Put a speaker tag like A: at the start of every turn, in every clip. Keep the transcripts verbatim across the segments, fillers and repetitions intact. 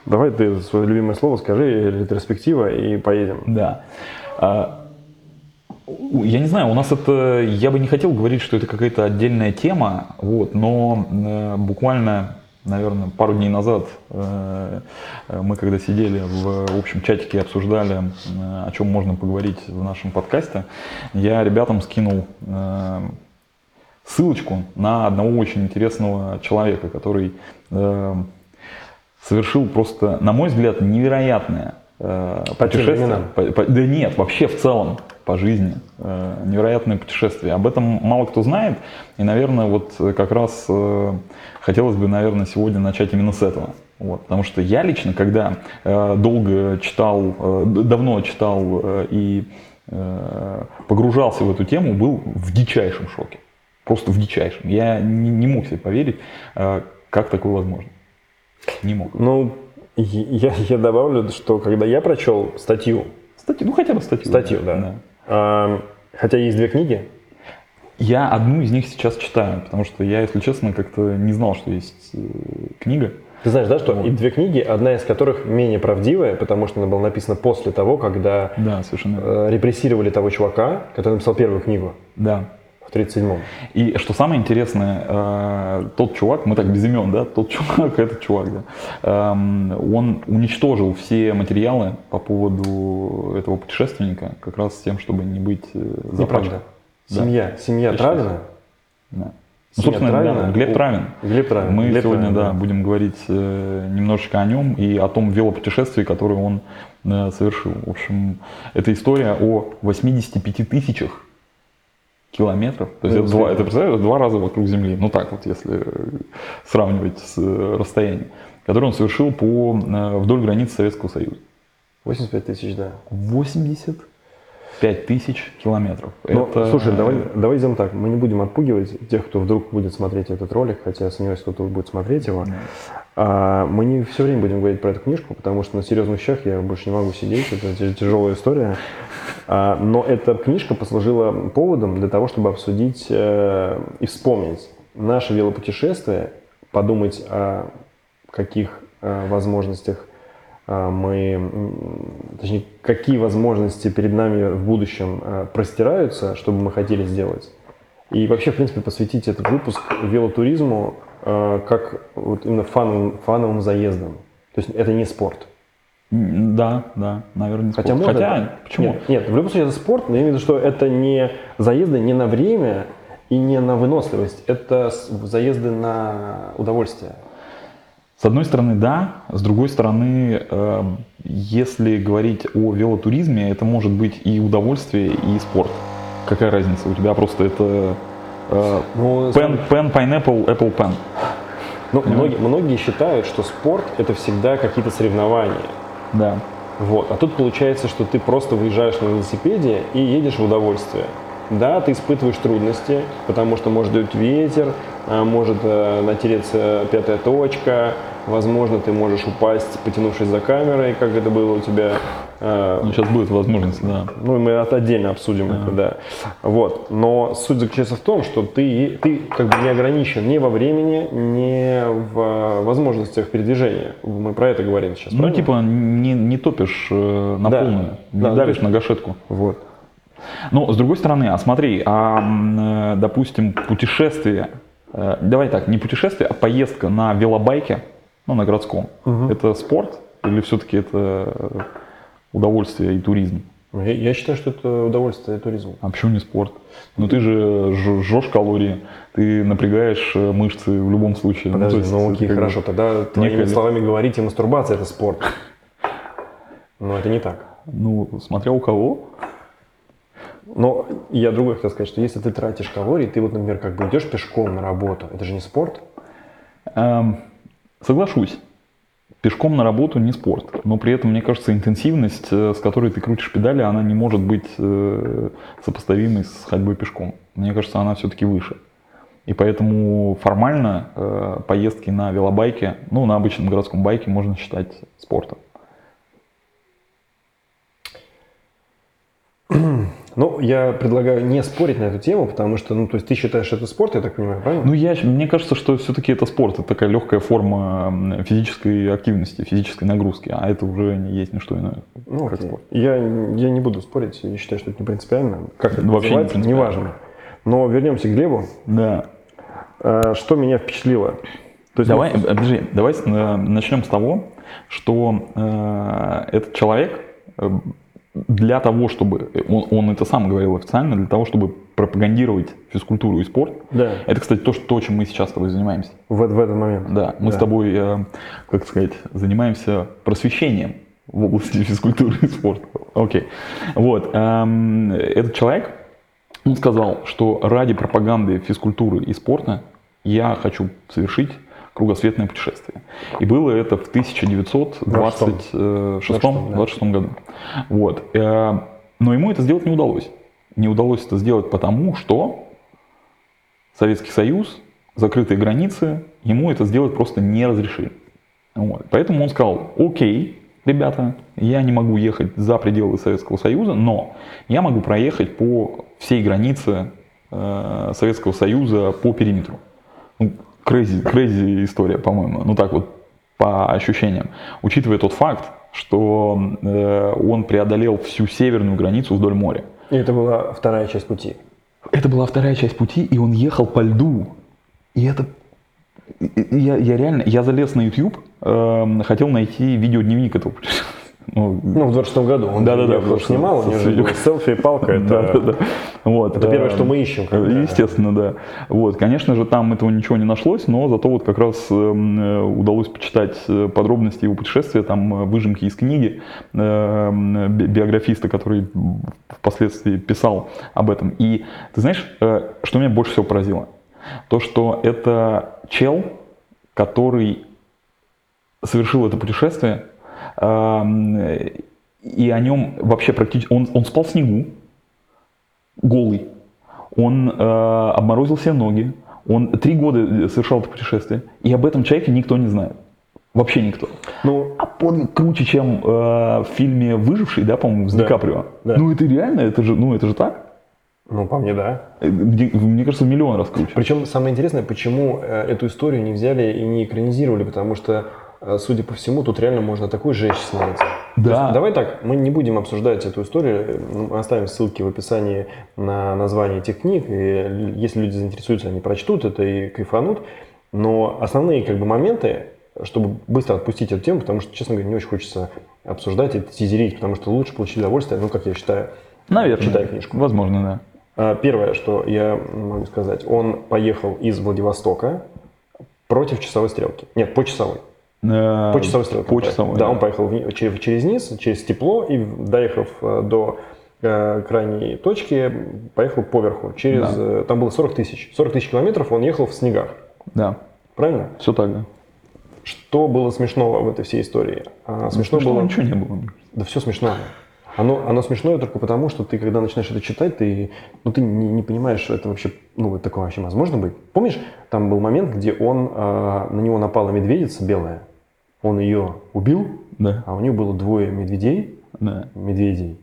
A: Давай ты свое любимое слово скажи, ретроспектива, и поедем.
B: Да. Я не знаю, у нас это, я бы не хотел говорить, что это какая-то отдельная тема, вот, но э, буквально, наверное, пару дней назад э, мы когда сидели в общем чатике и обсуждали, э, о чем можно поговорить в нашем подкасте, я ребятам скинул э, ссылочку на одного очень интересного человека, который э, совершил просто, на мой взгляд, невероятное э, путешествие. По, по, да нет, вообще в целом по жизни э, невероятное путешествие. Об этом мало кто знает, и, наверное, вот как раз э, хотелось бы, наверное, сегодня начать именно с этого. Вот, потому что я лично, когда э, долго читал, э, давно читал э, и э, погружался в эту тему, был в дичайшем шоке. Просто в дичайшем. Я не, не мог себе поверить, э, как такое возможно. Не мог.
A: Ну, я, я добавлю, что когда я прочел статью,
B: статью, ну хотя бы статью.
A: Статью, да. да. А, хотя есть две книги.
B: Я одну из них сейчас читаю, потому что я, если честно, как-то не знал, что есть э, книга.
A: Ты знаешь, да, что вот. И две книги, одна из которых менее правдивая, потому что она была написана после того, когда
B: да, совершенно.
A: Э, репрессировали того чувака, который написал первую книгу.
B: Да.
A: В тридцать седьмом.
B: И что самое интересное, э, тот чувак, мы так без имен, да, тот чувак, этот чувак, да, э, он уничтожил все материалы по поводу этого путешественника, как раз с тем, чтобы не быть запачканным.
A: Неправда. Да. Семья, семья Травина.
B: Да. Ну, собственно, Травина, да, Глеб Травин.
A: Глеб Травин.
B: Мы
A: Глеб
B: сегодня
A: Травин,
B: да,
A: да.
B: будем говорить э, немножечко о нем и о том велопутешествии, которое он э, совершил. В общем, это история о восьмидесяти пяти тысячах километров. То есть ну, это, два, это, представляешь, два раза вокруг Земли. Ну так вот, если сравнивать с расстоянием, которое он совершил по, вдоль границ Советского Союза.
A: восемьдесят пять тысяч, да.
B: восемьдесят пять тысяч километров.
A: Ну,
B: это...
A: Слушай, давай, давай сделаем так. Мы не будем отпугивать тех, кто вдруг будет смотреть этот ролик, хотя я сомневаюсь, кто-то будет смотреть его. Да. А, мы не все время будем говорить про эту книжку, потому что на серьезных щах я больше не могу сидеть. Это тяжелая история. А, но эта книжка послужила поводом для того, чтобы обсудить э, и вспомнить наше велопутешествие, подумать о каких э, возможностях мы, точнее, какие возможности перед нами в будущем простираются, что бы мы хотели сделать. И вообще, в принципе, посвятить этот выпуск велотуризму как вот именно фановым, фановым заездам. То есть это не спорт.
B: Да, да, наверное, не спорт.
A: Хотя, можно,
B: Хотя почему?
A: Нет, нет, в любом случае это спорт, но я имею в виду, что это не заезды не на время и не на выносливость, это заезды на удовольствие.
B: С одной стороны, да, с другой стороны, э, если говорить о велотуризме, это может быть и удовольствие, и спорт. Какая разница? У тебя просто это э,
A: ну,
B: pen, pen, pineapple, apple pen.
A: Ну, многие, многие считают, что спорт это всегда какие-то соревнования.
B: Да.
A: Вот. А тут получается, что ты просто выезжаешь на велосипеде и едешь в удовольствие. Да, ты испытываешь трудности, потому что может дуть ветер, может э, натереться пятая точка, возможно, ты можешь упасть, потянувшись за камерой, как это было у тебя. Э,
B: ну, сейчас будет возможность, да.
A: Ну, мы отдельно обсудим
B: А-а-а.
A: это, да. Вот. Но суть заключается в том, что ты, ты как бы не ограничен ни во времени, ни в возможностях передвижения. Мы про это говорим сейчас,
B: ну,
A: правильно?
B: типа не, не топишь э, на
A: да.
B: полную, не
A: да,
B: давишь на гашетку.
A: Вот.
B: Но, с другой стороны, а смотри, а, допустим, путешествие, давай так, не путешествие, а поездка на велобайке, ну, на городском, угу. Это спорт или все-таки это удовольствие и туризм?
A: Я, я считаю, что это удовольствие и туризм.
B: А почему не спорт? Ну, ты же жжешь калории, ты напрягаешь мышцы в любом случае.
A: Подожди, ну, ну окей, хорошо, тогда твоими некое... словами говорите, мастурбация – это спорт. Но это не так.
B: Ну, смотря у кого.
A: Но я другое хотел сказать, что если ты тратишь калории, ты вот, например, как бы идешь пешком на работу, это же не спорт?
B: Эм, соглашусь. Пешком на работу не спорт. Но при этом, мне кажется, интенсивность, с которой ты крутишь педали, она не может быть э, сопоставимой с ходьбой пешком. Мне кажется, она все-таки выше. И поэтому формально э, поездки на велобайке, ну, на обычном городском байке можно считать спортом.
A: Ну, я предлагаю не спорить на эту тему, потому что, ну, то есть ты считаешь, что это спорт, я так понимаю, правильно?
B: Ну, я, мне кажется, что все-таки это спорт, это такая легкая форма физической активности, физической нагрузки, а это уже не есть ни что иное,
A: Ну,
B: как
A: окей.
B: спорт.
A: Я, я не буду спорить, я считаю, что это не принципиально. Как это
B: Вообще не
A: называется,
B: принципиально.
A: неважно. Но вернемся к Глебу.
B: Да.
A: А, Что меня впечатлило? То есть,
B: Давай,
A: ну,
B: подожди, давай с- э, начнем с того, что э, этот человек э, для того, чтобы, он, он это сам говорил официально, для того, чтобы пропагандировать физкультуру и спорт,
A: Да.
B: это, кстати, то, что, то, чем мы сейчас с тобой занимаемся.
A: в, в этот момент.
B: Да, мы
A: Да.
B: с тобой, э, как сказать, занимаемся просвещением в области физкультуры и спорта. Окей. Вот. эм, Этот человек, он сказал, что ради пропаганды физкультуры и спорта я хочу совершить кругосветное путешествие. И было это в тысяча девятьсот двадцать шестом двадцать шестом году. Вот. Э, Но ему это сделать не удалось. Не удалось это сделать потому, что Советский Союз, закрытые границы, ему это сделать просто не разрешили. Вот. Поэтому он сказал: окей, ребята, я не могу ехать за пределы Советского Союза, но я могу проехать по всей границе э, Советского Союза по периметру. Ну, crazy, crazy история, по-моему. Ну так вот, по ощущениям. Учитывая тот факт, что э, он преодолел всю северную границу вдоль моря.
A: И это была вторая часть пути.
B: Это была вторая часть пути, и он ехал по льду. И это... и- и Я, я реально... Я залез на YouTube, э, хотел найти видеодневник этого путешествия. Ну,
A: Ну, в двадцать шестом году он
B: Да-да-да,
A: его
B: просто
A: снимал, у него же
B: с-
A: был селфи и палка. Это,
B: Да-да-да. Вот,
A: это первое,
B: э,
A: что мы ищем. когда-
B: Естественно, да. Вот, конечно же, там этого ничего не нашлось, но зато вот как раз э, э, удалось почитать э, подробности его путешествия, там э, выжимки из книги э, э, би- биографиста, который впоследствии писал об этом. И ты знаешь, э, что меня больше всего поразило? То, что это чел, который совершил это путешествие, э, и о нем вообще практически... Он, он спал в снегу, голый. Он э, обморозил все ноги. Он три года совершал это путешествие. И об этом человеке никто не знает. Вообще никто.
A: Ну,
B: А подвиг круче, чем э, в фильме «Выживший», да, по-моему, с
A: Да,
B: Ди Каприо.
A: да.
B: Ну это реально, это же, ну, это же так.
A: ну, по мне, да.
B: Э, Мне, мне кажется, в миллион раз круче.
A: Причем самое интересное, почему э, эту историю не взяли и не экранизировали, потому что, э, судя по всему, тут реально можно такой жесть снять. То
B: Да.
A: есть, давай так, мы не будем обсуждать эту историю, мы оставим ссылки в описании на название этих книг, и если люди заинтересуются, они прочтут это и кайфанут, но основные как бы моменты, чтобы быстро отпустить эту тему, потому что, честно говоря, не очень хочется обсуждать и тизерить, потому что лучше получить удовольствие, ну, как я считаю,
B: Наверное.
A: читая книжку.
B: Возможно, да.
A: А, Первое, что я могу сказать, он поехал из Владивостока против часовой стрелки. Нет, по часовой.
B: Э,
A: По часовой стрелке.
B: По
A: он поехал.
B: часовой,
A: Да, он поехал в- через, через низ, через тепло, и доехав э, до э, крайней точки, поехал поверху. Через,
B: Да.
A: э, там было сорок тысяч. сорок тысяч километров он ехал в снегах.
B: Да,
A: Правильно?
B: все так, да.
A: Что было смешного в этой всей истории? А, смешно
B: Смешного
A: было...
B: ничего не было.
A: Да все смешно. Оно, оно смешное только потому, что ты, когда начинаешь это читать, ты, ну, ты не, не понимаешь, что это вообще, ну, вот такое вообще возможно быть. Помнишь, там был момент, где он, а, на него напала медведица белая, он ее убил,
B: Да,
A: а у него было двое медведей,
B: да.
A: медведей,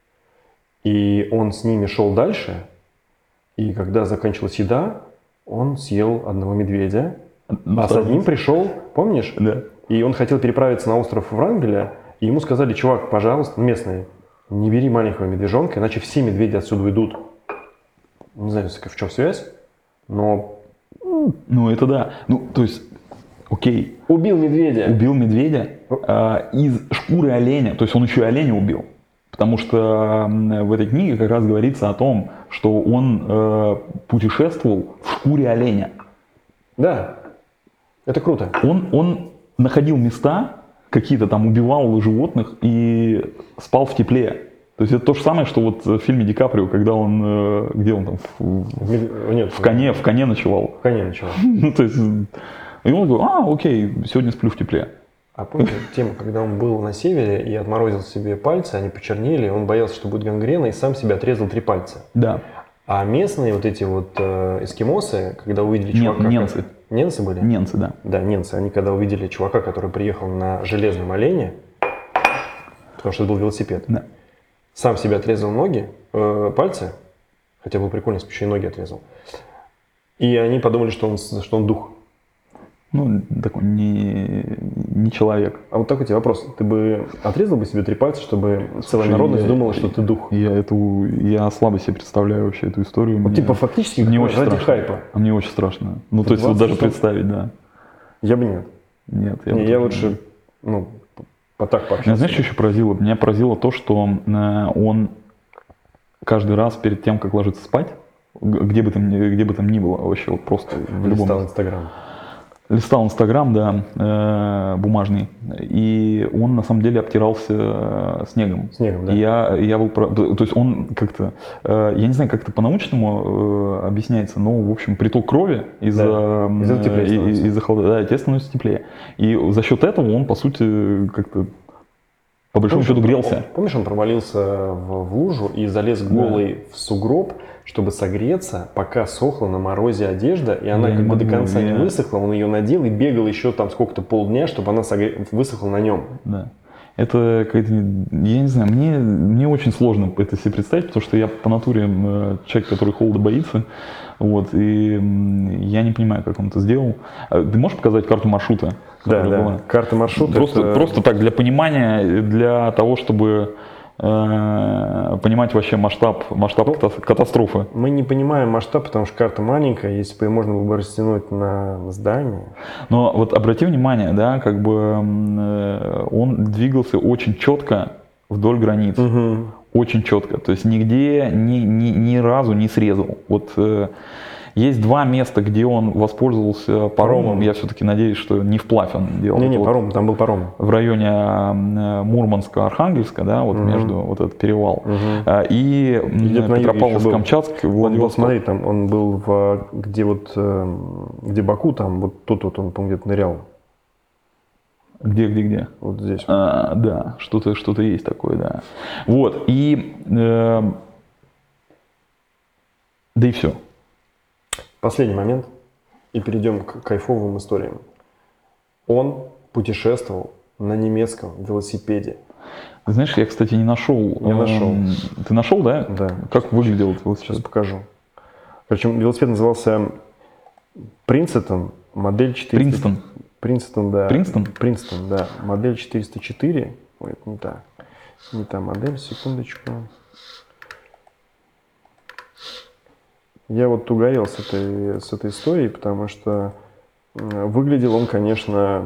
A: и он с ними шел дальше, и когда закончилась еда, он съел одного медведя, а с одним пришел, помнишь?
B: Да.
A: И он хотел переправиться на остров Врангеля, и ему сказали: чувак, пожалуйста, местные, не бери маленького медвежонка, иначе все медведи отсюда уйдут. Не знаю, в чем связь, но
B: Ну, это да. Ну, то есть, окей,
A: убил медведя.
B: убил медведя э, из шкуры оленя, то есть он еще и оленя убил. Потому что м, в этой книге как раз говорится о том, что он э, путешествовал в шкуре оленя.
A: Да, это круто.
B: Он, он находил места, какие-то там убивал животных и спал в тепле. То есть это то же самое, что вот в фильме Ди Каприо, когда он, э, где он там, в,
A: В мед- Нет,
B: в коне, в коне ночевал.
A: В коне начал.
B: Ну, то есть, и он говорит: а, окей, сегодня сплю в тепле.
A: А помните тему, когда он был на севере и отморозил себе пальцы, они почернели, он боялся, что будет гангрена, и сам себе отрезал три пальца.
B: Да.
A: А местные вот эти вот э, эскимосы, когда увидели
B: Не-
A: чувака...
B: ненцы.
A: Ненцы были?
B: Ненцы, да.
A: Да, ненцы. Они когда увидели чувака, который приехал на железном олене, потому что это был велосипед,
B: Да.
A: сам себе отрезал ноги, э, пальцы, хотя был прикольно, если бы еще и ноги отрезал. И они подумали, что он, что он дух.
B: Ну, такой не, не человек.
A: А вот такой тебе вопрос. Ты бы отрезал бы себе три пальца, чтобы целая народность
B: я,
A: думала, что ты дух?
B: Я, эту, я слабо себе представляю вообще эту историю.
A: Вот
B: мне,
A: типа фактически
B: мне очень
A: ради
B: страшно.
A: хайпа.
B: А мне очень страшно. Ну, то есть вот даже представить, да.
A: Я бы нет.
B: Нет, я,
A: не,
B: бы
A: я
B: тоже
A: лучше,
B: нет.
A: ну, по так пообщаться.
B: Меня, знаешь, что еще поразило? Меня поразило то, что э, он каждый раз перед тем, как ложиться спать, где бы там, где бы там ни было, вообще вот просто в любом...
A: Листал Инстаграм.
B: Листал Инстаграм, да, э, бумажный, и он на самом деле обтирался снегом.
A: Снегом, да.
B: И я, я был, то есть он как-то, э, я не знаю, как это по-научному э, объясняется, но, в общем, приток крови из-за
A: да. из-за теплее становится.
B: из-за холода, да, тебе становится теплее. И за счет этого он, по сути, как-то по большому счету грелся.
A: Он, помнишь, он провалился в, в лужу и залез голый да. в сугроб, чтобы согреться, пока сохла на морозе одежда, и она я как бы могу, до конца я... не высохла, он ее надел и бегал еще там сколько-то полдня, чтобы она согре... высохла на нем.
B: Да. Это какая-то, я не знаю, мне, мне очень сложно это себе представить, потому что я по натуре человек, который холода боится, вот, и я не понимаю, как он это сделал. Ты можешь показать карту маршрута?
A: Да, да, была? Карта маршрута.
B: Просто,
A: это...
B: просто так, для понимания, для того, чтобы э, понимать вообще масштаб, масштаб ну, катастрофы.
A: Мы не понимаем масштаб, потому что карта маленькая, если бы ее можно было бы растянуть на здание.
B: Но вот обрати внимание, да, как бы э, он двигался очень четко вдоль границ.
A: Угу. Очень
B: четко. То есть нигде ни, ни, ни разу не срезал. Вот э, есть два места, где он воспользовался паромом. паромом. Я все-таки надеюсь, что не вплавь он делал.
A: Не, не,
B: вот
A: паром, там был паром.
B: В районе Мурманска, Архангельска, да, вот угу. между вот этот перевал.
A: Угу.
B: И, и Петропавловск-Камчатск,
A: Владивосток. Он был, смотри, там он был в, где вот, где Баку, там вот тут вот он, по-моему, где-то нырял.
B: Где, где, где?
A: Вот здесь.
B: А, да, что-то, что-то есть такое, да. Вот, и... Э, да и все.
A: Последний момент, и перейдем к кайфовым историям. Он путешествовал на немецком велосипеде.
B: Ты знаешь, я, кстати, не нашел.
A: Не нашел.
B: Ты нашел, да?
A: Да.
B: Как выглядел этот велосипед?
A: Сейчас покажу. Причем велосипед назывался Принцетон, модель четыреста...
B: Принстон.
A: Принстон, да.
B: Принстон?
A: Принстон, да. Модель четыреста четыре. Ой, это не та. Не та модель, секундочку. Я вот угорел с этой, с этой историей, потому что выглядел он, конечно,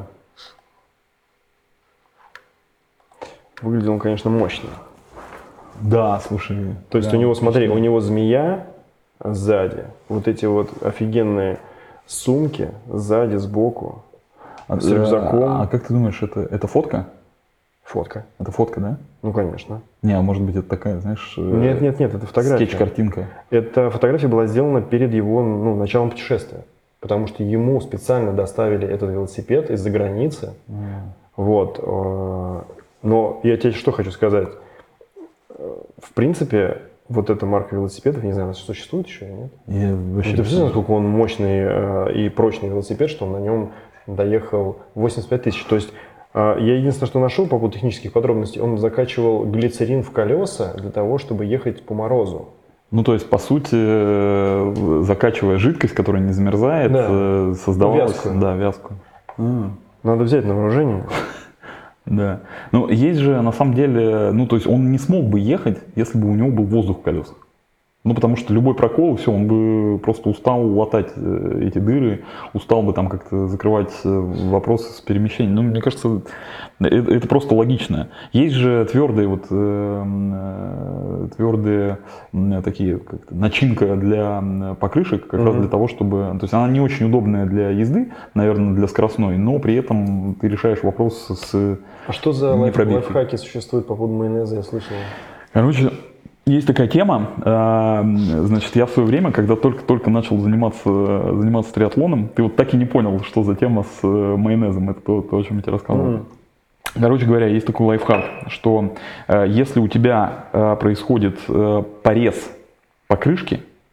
A: выглядел он, конечно, мощно.
B: Да, слушай.
A: То есть
B: да,
A: у него, смотри,
B: точно.
A: у него змея сзади, вот эти вот офигенные сумки сзади, сбоку,
B: а,
A: с рюкзаком.
B: А, а как ты думаешь, это, это фотка?
A: Фотка.
B: Это фотка, да?
A: Ну, конечно.
B: Не, а может быть это такая, знаешь...
A: Нет, нет, нет, это фотография.
B: Скетч-картинка.
A: Эта фотография была сделана перед его ну, началом путешествия. Потому что ему специально доставили этот велосипед из-за границы. Mm. Вот. Но я тебе что хочу сказать. В принципе, вот эта марка велосипедов, не знаю, существует еще или нет?
B: Я вообще
A: ты представляешь, насколько он мощный и прочный велосипед, что он на нем доехал восемьдесят пять тысяч. То есть я единственное, что нашел по поводу технических подробностей, он закачивал глицерин в колеса для того, чтобы ехать по морозу.
B: Ну, то есть, по сути, закачивая жидкость, которая не замерзает, да. создавалась...
A: Вязкую.
B: Да, вязкую.
A: А. Надо взять на вооружение.
B: Да. Ну, есть же, на самом деле, ну, то есть, он не смог бы ехать, если бы у него был воздух в колесах. Ну, потому что любой прокол, все, он бы просто устал латать эти дыры, устал бы там как-то закрывать вопросы с перемещением. Ну, мне кажется, это, это просто логично. Есть же твердые, вот, э, твердые э, такие, как-то, начинка для покрышек, как mm-hmm. раз для того, чтобы... То есть она не очень удобная для езды, наверное, для скоростной, но при этом ты решаешь вопрос с...
A: А что за лайфхаки существуют по поводу майонеза, я слышал?
B: Короче... Есть такая тема, значит, я в свое время, когда только-только начал заниматься, заниматься триатлоном, ты вот так и не понял, что за тема с майонезом, это то, то о чем я тебе рассказывал. Mm. Короче говоря, есть такой лайфхак, что если у тебя происходит порез покрышки,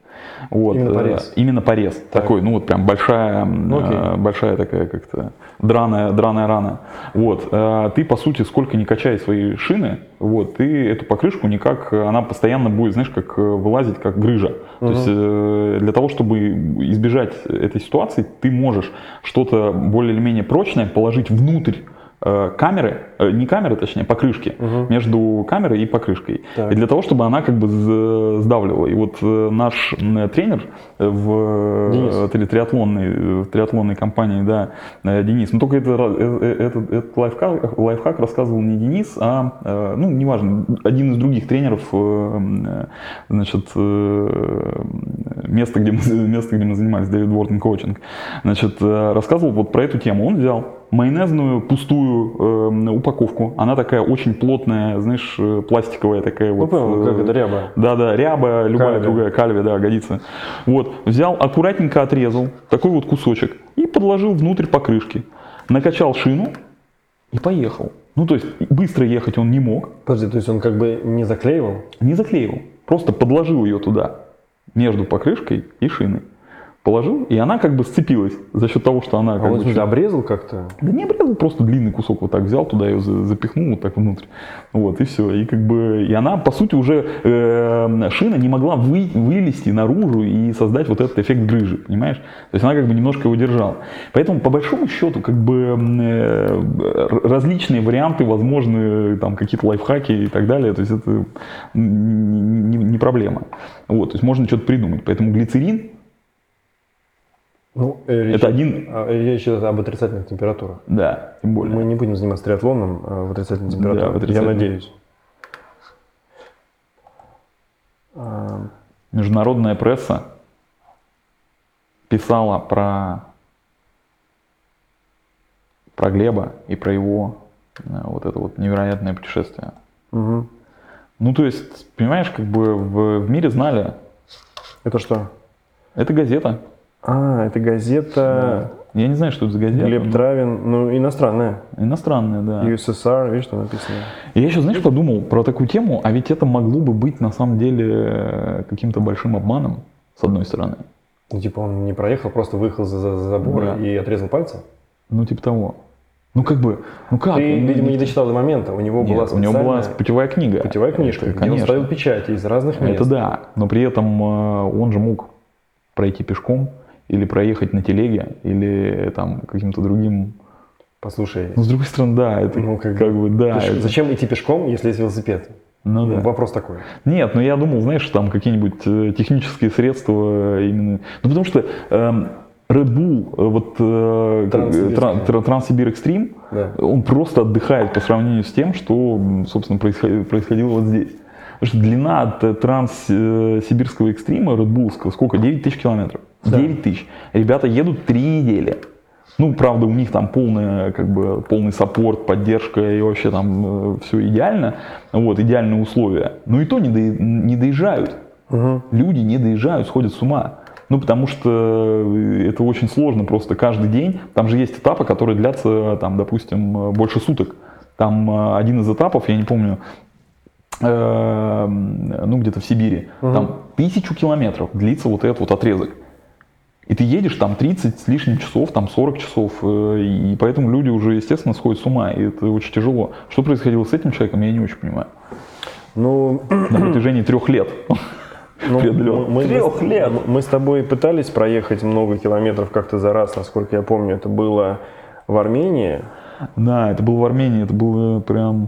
B: Вот,
A: Именно порез?
B: Э, именно порез.
A: Так.
B: Такой, ну вот прям большая, э, большая такая как-то драная, драная рана. Вот. Э, ты, по сути, сколько не качай свои шины, вот, ты эту покрышку никак, она постоянно будет, знаешь, как вылазить, как грыжа.
A: Угу.
B: То есть э, для того, чтобы избежать этой ситуации, ты можешь что-то более или менее прочное положить внутрь камеры, не камеры, точнее, покрышки, угу. между камерой и покрышкой. Так. И для того, чтобы она как бы сдавливала. И вот наш тренер в триатлонной, в триатлонной компании, да, Денис, но только это, этот, этот лайфхак, лайфхак рассказывал не Денис, а, ну, неважно, один из других тренеров, значит, место, где мы, место, где мы занимались, Дэвид Уортон коучинг, значит, рассказывал вот про эту тему. Он взял майонезную пустую э, упаковку. Она такая очень плотная, знаешь, пластиковая такая.
A: Ну,
B: вот.
A: понял, как это ряба.
B: Да-да, ряба, любая
A: кальве.
B: другая, кальве, да, годится. Вот, взял, аккуратненько отрезал такой вот кусочек и подложил внутрь покрышки. Накачал шину и поехал. Ну, то есть быстро ехать он не мог.
A: Подожди, то есть он как бы не заклеивал?
B: Не заклеивал. Просто подложил ее туда, между покрышкой и шиной. Положил, и она как бы сцепилась за счет того, что она...
A: А
B: как
A: он
B: бы,
A: чуть обрезал как-то?
B: Да не обрезал, просто длинный кусок вот так взял, туда ее запихнул вот так внутрь. Вот, и все. И как бы, и она, по сути, уже, э, шина не могла вы, вылезти наружу и создать вот этот эффект грыжи, понимаешь? То есть она как бы немножко его держала. Поэтому, по большому счету, как бы э, различные варианты возможны, там, какие-то лайфхаки и так далее. То есть это не, не, не проблема. Вот, то есть можно что-то придумать. Поэтому глицерин,
A: ну, речь,
B: это один...
A: Речь идет об отрицательных температурах.
B: Да, тем более.
A: Мы не будем заниматься триатлоном в отрицательной температуре. Да, в отрицательной. Я надеюсь.
B: Международная пресса писала про, про Глеба и про его вот это вот невероятное путешествие.
A: Угу.
B: Ну, то есть, понимаешь, как бы в, в мире знали.
A: Это что?
B: Это газета.
A: А, это газета...
B: Да. Я не знаю, что это за газета.
A: Глеб Травин, ну, иностранная.
B: Иностранная, да.
A: ю эс эс ар, видишь, что написано.
B: И я еще, знаешь, подумал про такую тему, а ведь это могло бы быть на самом деле каким-то большим обманом, с одной стороны.
A: Ну, типа он не проехал, просто выехал за, за забор, да, и отрезал пальцы?
B: Ну, типа того. Ну, как бы, ну как?
A: Ты,
B: он,
A: видимо, не дочитал до момента. У него
B: Нет,
A: была
B: у него была путевая книга.
A: Путевая книжка,
B: это,
A: где он ставил печати из разных мест.
B: Это да, но при этом он же мог пройти пешком, или проехать на телеге, или там каким-то другим...
A: Послушай...
B: Ну, с другой стороны, да, это ну, как, как бы, да.
A: Пеш...
B: Это...
A: Зачем идти пешком, если есть велосипед?
B: Ну, да.
A: Вопрос такой.
B: Нет, ну я думал, знаешь, там какие-нибудь технические средства именно... Ну, потому что э, Red Bull, вот э, Транссибир Экстрим, да, он просто отдыхает по сравнению с тем, что, собственно, происходило, происходило вот здесь. Потому что длина от Транссибирского Экстрима, Редбулского, сколько? девять тысяч километров. Да. девять тысяч. Ребята едут три недели. Ну, правда, у них там полный, как бы, полный саппорт, поддержка и вообще там э, все идеально. Вот, идеальные условия. Но и то не, до, не доезжают. Угу. Люди не доезжают, сходят с ума. Ну, потому что это очень сложно просто каждый день. Там же есть этапы, которые длятся, там, допустим, больше суток. Там один из этапов, я не помню, э, ну, где-то в Сибири. Угу. Там тысячу километров длится вот этот вот отрезок. И ты едешь там тридцать с лишним часов, там сорок часов, и поэтому люди уже, естественно, сходят с ума, и это очень тяжело. Что происходило с этим человеком, я не очень понимаю.
A: Ну,
B: на протяжении трех лет.
A: Ну, мы, трех мы, лет. Мы с тобой пытались проехать много километров как-то за раз, насколько я помню, это было в Армении.
B: Да, это было в Армении, это было прям...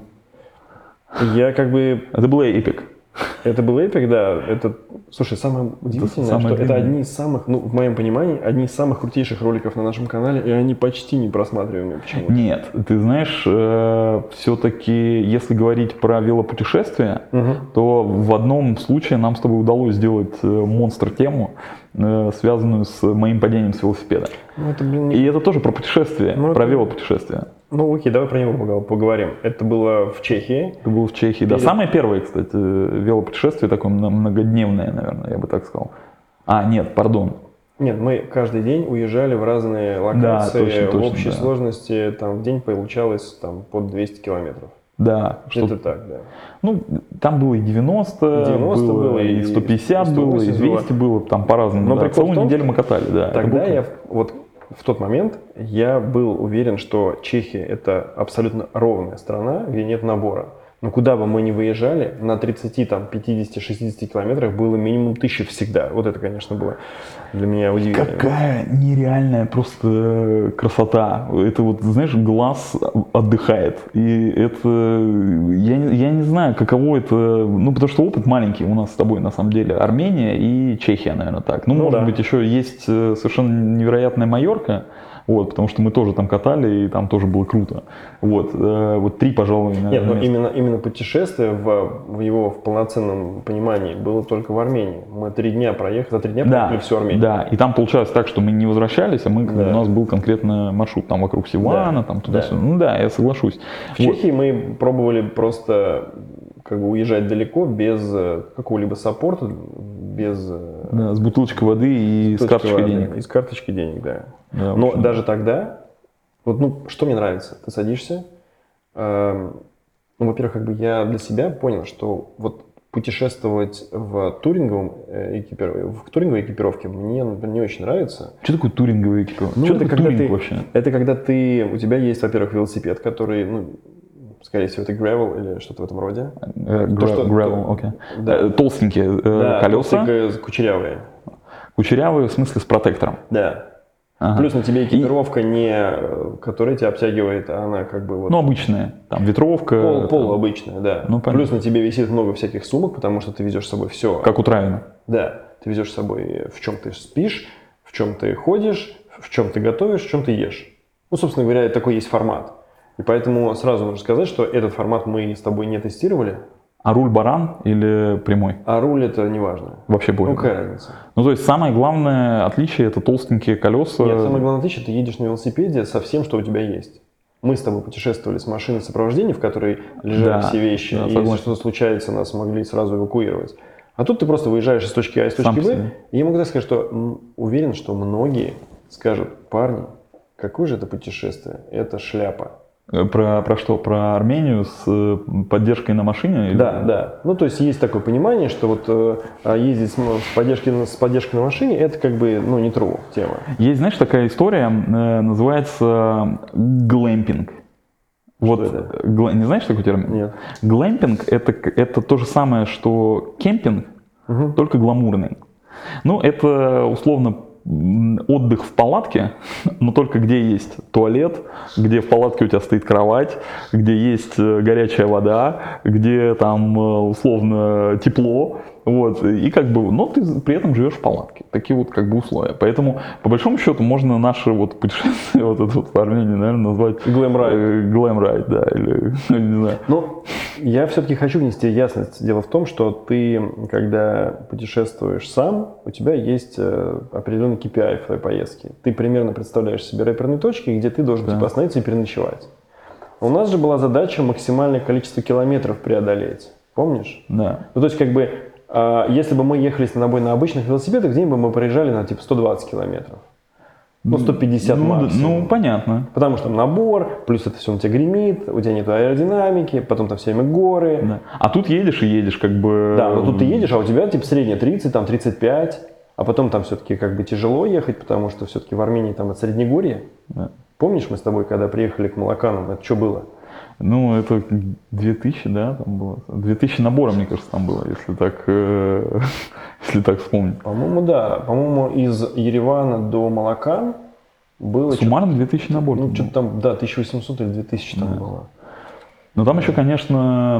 A: Я как бы...
B: Это было эпик.
A: Это был эпик, да. Это, слушай, самое удивительное, это, самое что это одни из самых, ну, в моем понимании, одни из самых крутейших роликов на нашем канале, и они почти не просматриваемые почему-то.
B: Нет, ты знаешь, э, все-таки, если говорить про велопутешествия, угу. то в одном случае нам с тобой удалось сделать монстр-тему, э, связанную с моим падением с велосипеда. Ну, это, блин, не... И это тоже про путешествие, ну, про это... велопутешествие.
A: Ну окей, давай про него поговорим. Это было в Чехии.
B: Это было в Чехии, Перед... да. Самое первое, кстати, велопутешествие, такое многодневное, наверное, я бы так сказал. А, нет, пардон.
A: Нет, мы каждый день уезжали в разные локации. Да, точно, точно, в общей да. сложности там, в день получалось там, под двести километров.
B: Да.
A: Это так, да.
B: Ну, там было и девяносто,
A: девяносто
B: было,
A: было,
B: и сто пятьдесят было, и двести было, там по-разному.
A: Но
B: да.
A: прикол в
B: Целую
A: том,
B: неделю
A: что
B: мы катали, да.
A: Тогда
B: было...
A: я вот в тот момент я был уверен, что Чехия это абсолютно ровная страна, где нет набора. Но куда бы мы ни выезжали, на тридцати, там, пятидесяти, шестидесяти километрах было минимум тысяча всегда. Вот это, конечно, было для меня удивительно.
B: Какая нереальная просто красота. Это вот, знаешь, глаз отдыхает. И это, я, я не знаю, каково это, ну, потому что опыт маленький у нас с тобой, на самом деле. Армения и Чехия, наверное, так. Ну,
A: ну
B: может
A: да.
B: быть, еще есть совершенно невероятная Майорка. Вот, потому что мы тоже там катали, и там тоже было круто. Вот, э, вот три, пожалуй, наверное,
A: Нет, но
B: места.
A: именно, именно путешествие в, в его в полноценном понимании было только в Армении. Мы три дня проехали, за три дня
B: Да,
A: проехали всю Армению.
B: да, и там получалось так, что мы не возвращались, а мы, как бы,
A: Да.
B: у нас был конкретно маршрут там вокруг Сивана,
A: Да,
B: там туда-сюда.
A: да.
B: Ну да, я соглашусь.
A: В Чехии мы пробовали просто как бы уезжать далеко без какого-либо саппорта, без...
B: Да, с бутылочкой воды и с карточкой
A: воды,
B: денег.
A: И с карточкой денег, да.
B: Да,
A: Но
B: общем,
A: даже тогда, вот, ну, что мне нравится, ты садишься, э, ну, во-первых, как бы я для себя понял, что вот путешествовать в туринговом э, экипир... в туринговой экипировке мне, например, не очень нравится.
B: Что такое туринговый экипировка?
A: Ну,
B: Что
A: это
B: такое
A: когда
B: туринг
A: ты,
B: вообще?
A: Это когда ты, у тебя есть, во-первых, велосипед, который, ну, скорее всего, это gravel или что-то в этом роде.
B: Э, гра-
A: что-
B: gravel,
A: то-
B: окей.
A: да.
B: Э, Толстенькие э,
A: Да,
B: колеса,
A: толстые, кучерявые.
B: кучерявые, в смысле с протектором.
A: Да.
B: Ага.
A: Плюс на тебе экипировка не, которая тебя обтягивает, а она как бы вот...
B: Ну, обычная, там ветровка.
A: Пол,
B: там,
A: пол обычная, да.
B: Ну, понятно.
A: Плюс на тебе висит много всяких сумок, потому что ты везешь с собой все.
B: Как у Травина.
A: Да, ты везешь с собой, в чем ты спишь, в чем ты ходишь, в чем ты готовишь, в чем ты ешь. Ну, собственно говоря, такой есть формат. И поэтому сразу нужно сказать, что этот формат мы с тобой не тестировали.
B: А руль баран или прямой?
A: А руль это не важно.
B: Вообще
A: Ну,
B: пофиг.
A: какая разница?
B: Ну, то есть самое главное отличие — это толстенькие колеса.
A: Нет, самое главное отличие, ты едешь на велосипеде со всем, что у тебя есть. Мы с тобой путешествовали с машиной сопровождения, в которой лежали
B: Да,
A: все вещи,
B: да,
A: и
B: согласен.
A: если что-то случается, нас могли сразу эвакуировать. А тут ты просто выезжаешь из точки А из
B: Сам
A: точки
B: по
A: Б,
B: себе.
A: и я могу так сказать, что м, уверен, что многие скажут: парни, какое же это путешествие, это шляпа.
B: Про, про что? Про Армению с э, поддержкой на машине? или-
A: Да, да. Ну, то есть есть такое понимание, что вот э, ездить с, м- с, поддержкой, на- с поддержкой на машине, это как бы, ну, не true тема.
B: Есть, знаешь, такая история, э, называется глэмпинг. Вот,
A: это?
B: гла- не знаешь такой термин?
A: Нет.
B: Глэмпинг это, к- это то же самое, что кемпинг,
A: Мгм.
B: только гламурный. Ну, это условно м, отдых в палатке, но только где есть туалет, где в палатке у тебя стоит кровать, где есть э, горячая вода, где там э, условно тепло, вот, и как бы, но ты при этом живешь в палатке. Такие вот как бы условия. Поэтому, по большому счету, можно наше вот путешествие вот это вот в Армении, наверное, назвать
A: Glam-ride.
B: глэм-райд, да, или, не знаю.
A: Ну, я все-таки хочу внести ясность. Дело в том, что ты, когда путешествуешь сам, у тебя есть э, определенный кей пи ай в твоей поездке. Ты примерно представляешь себе рэперные точки, где ты должен
B: Да.
A: типа остановиться и переночевать. У нас же была задача максимальное количество километров преодолеть. Помнишь?
B: Да.
A: Ну, то есть, как бы, э, если бы мы ехали с тобой на обычных велосипедах, где бы мы проезжали на типа сто двадцать километров. Ну, сто пятьдесят
B: ну, да,
A: максимум.
B: ну, понятно.
A: Потому что там набор, плюс это все на тебя гремит, у тебя нет аэродинамики, потом там все время горы.
B: Да. А тут едешь и едешь, как бы.
A: Да, но тут ты едешь, а у тебя типа средняя тридцать, там тридцать пять, а потом там все-таки как бы тяжело ехать, потому что все-таки в Армении там это среднегорье.
B: Да.
A: Помнишь, мы с тобой, когда приехали к Малаканам, это что было?
B: Ну, это две тысячи, да, там было. две тысячи набора, мне кажется, там было, если так, э, если так вспомнить.
A: По-моему, да. По-моему, из Еревана до Малакан было...
B: Суммарно две тысячи наборов.
A: Ну, что-то там, да, тысяча восемьсот или две тысячи там было.
B: Но там еще, конечно,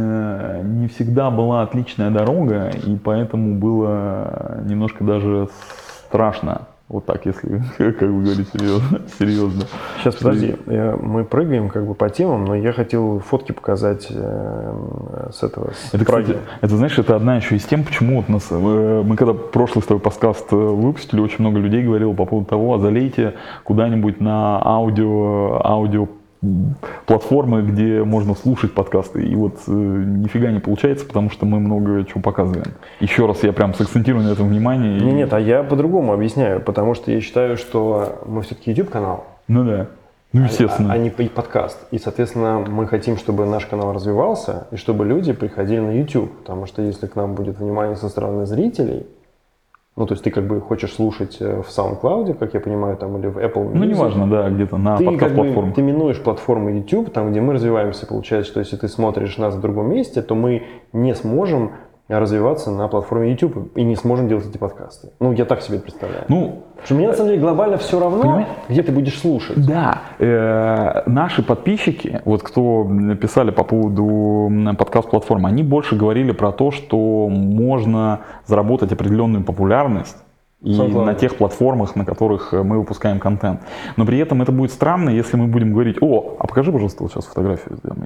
B: э, не всегда была отличная дорога, и поэтому было немножко даже страшно. Вот так, если, как бы говорить, серьезно. серьезно.
A: Сейчас, подожди, я- мы прыгаем как бы по темам, но я хотел фотки показать э, с этого, с
B: Это,
A: Праги.
B: кстати, это, знаешь, это одна еще из тем, почему вот нас, э, мы когда прошлый с тобой подкаст э, выпустили, очень много людей говорило по поводу того, а залейте куда-нибудь на аудио, аудио м, платформы, где можно слушать подкасты. И вот э, нифига не получается, потому что мы много чего показываем. Еще раз я прям сакцентирую на этом внимание. и-
A: Нет, нет, а я по-другому объясняю, потому что я считаю, что мы все-таки YouTube-канал.
B: Ну да. Ну, естественно.
A: А, а не и подкаст. И, соответственно, мы хотим, чтобы наш канал развивался, и чтобы люди приходили на YouTube. Потому что если к нам будет внимание со стороны зрителей, ну, то есть ты как бы хочешь слушать в SoundCloud, как я понимаю, там, или в Apple Music.
B: Ну, неважно, да, где-то на подкаст-платформе.
A: Ты минуешь платформу YouTube, там, где мы развиваемся. Получается, что если ты смотришь нас в другом месте, то мы не сможем развиваться на платформе YouTube и не сможем делать эти подкасты. Ну, я так себе представляю.
B: Ну,
A: что мне на самом деле глобально все равно, понимаете? Где ты будешь слушать.
B: Да, э, наши подписчики, вот кто писали по поводу подкаст-платформы, они больше говорили про то, что можно заработать определенную популярность и
A: Согласен.
B: на тех платформах, на которых мы выпускаем контент. Но при этом это будет странно, если мы будем говорить: о, а покажи, пожалуйста, вот сейчас фотографию там,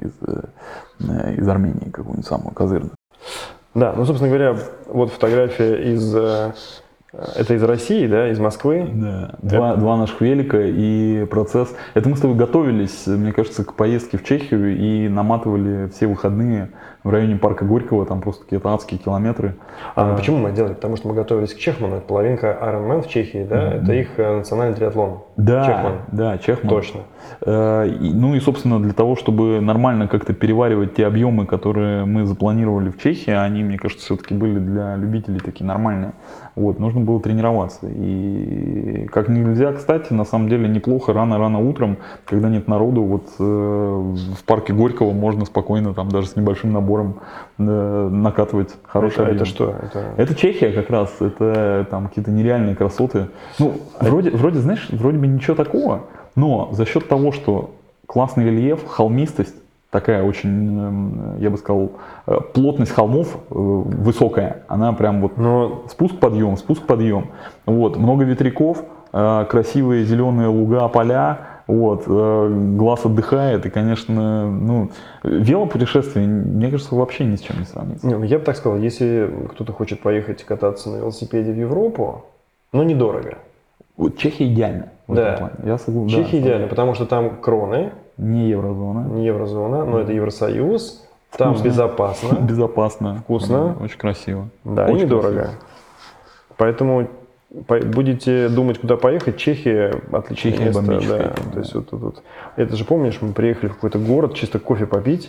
B: из, из Армении, какую-нибудь самую козырную.
A: Да, ну, собственно говоря, вот фотография из, это из России, да, из Москвы.
B: Да, два, два наших велика и процесс. Это мы с тобой готовились, мне кажется, к поездке в Чехию и наматывали все выходные в районе парка Горького, там просто какие-то адские километры.
A: А, ну, почему мы это делали? Потому что мы готовились к Чехману, это половинка Ironman в Чехии, да, mm-hmm. это их национальный триатлон.
B: Да,
A: Чехман.
B: Да, Чехман.
A: Точно.
B: Ну и, собственно, для того, чтобы нормально как-то переваривать те объемы, которые мы запланировали в Чехии, они, мне кажется, все-таки были для любителей такие нормальные. Вот, нужно было тренироваться. И как нельзя, кстати, на самом деле неплохо рано-рано утром, когда нет народу, вот э, в парке Горького можно спокойно, там даже с небольшим набором э, накатывать хороший объем.
A: Это что? Это...
B: это Чехия как раз, это там какие-то нереальные красоты. Ну, вроде, вроде, знаешь, вроде бы ничего такого, но за счет того, что классный рельеф, холмистость, такая очень, я бы сказал, плотность холмов высокая, она прям вот
A: но...
B: спуск-подъем, спуск-подъем. Вот, много ветряков, красивые зеленые луга, поля, вот, глаз отдыхает, и, конечно, ну, велопутешествие, мне кажется, вообще ни с чем не сравнится.
A: Не, ну, я бы так сказал, если кто-то хочет поехать кататься на велосипеде в Европу, но недорого.
B: Вот Чехия идеально.
A: Да,
B: я согласен.
A: Чехия
B: да,
A: идеально, потому что там кроны.
B: Не еврозона.
A: Не еврозона, но это Евросоюз. Там
B: Вкусно.
A: безопасно.
B: Безопасно.
A: Вкусно.
B: Очень красиво.
A: Да,
B: очень
A: и недорого.
B: Красиво.
A: Поэтому будете думать, куда поехать, Чехия отличное
B: Чехия
A: место.
B: бомбическая.
A: Да. То есть вот, вот, вот. Это же помнишь, мы приехали в какой-то город чисто кофе попить.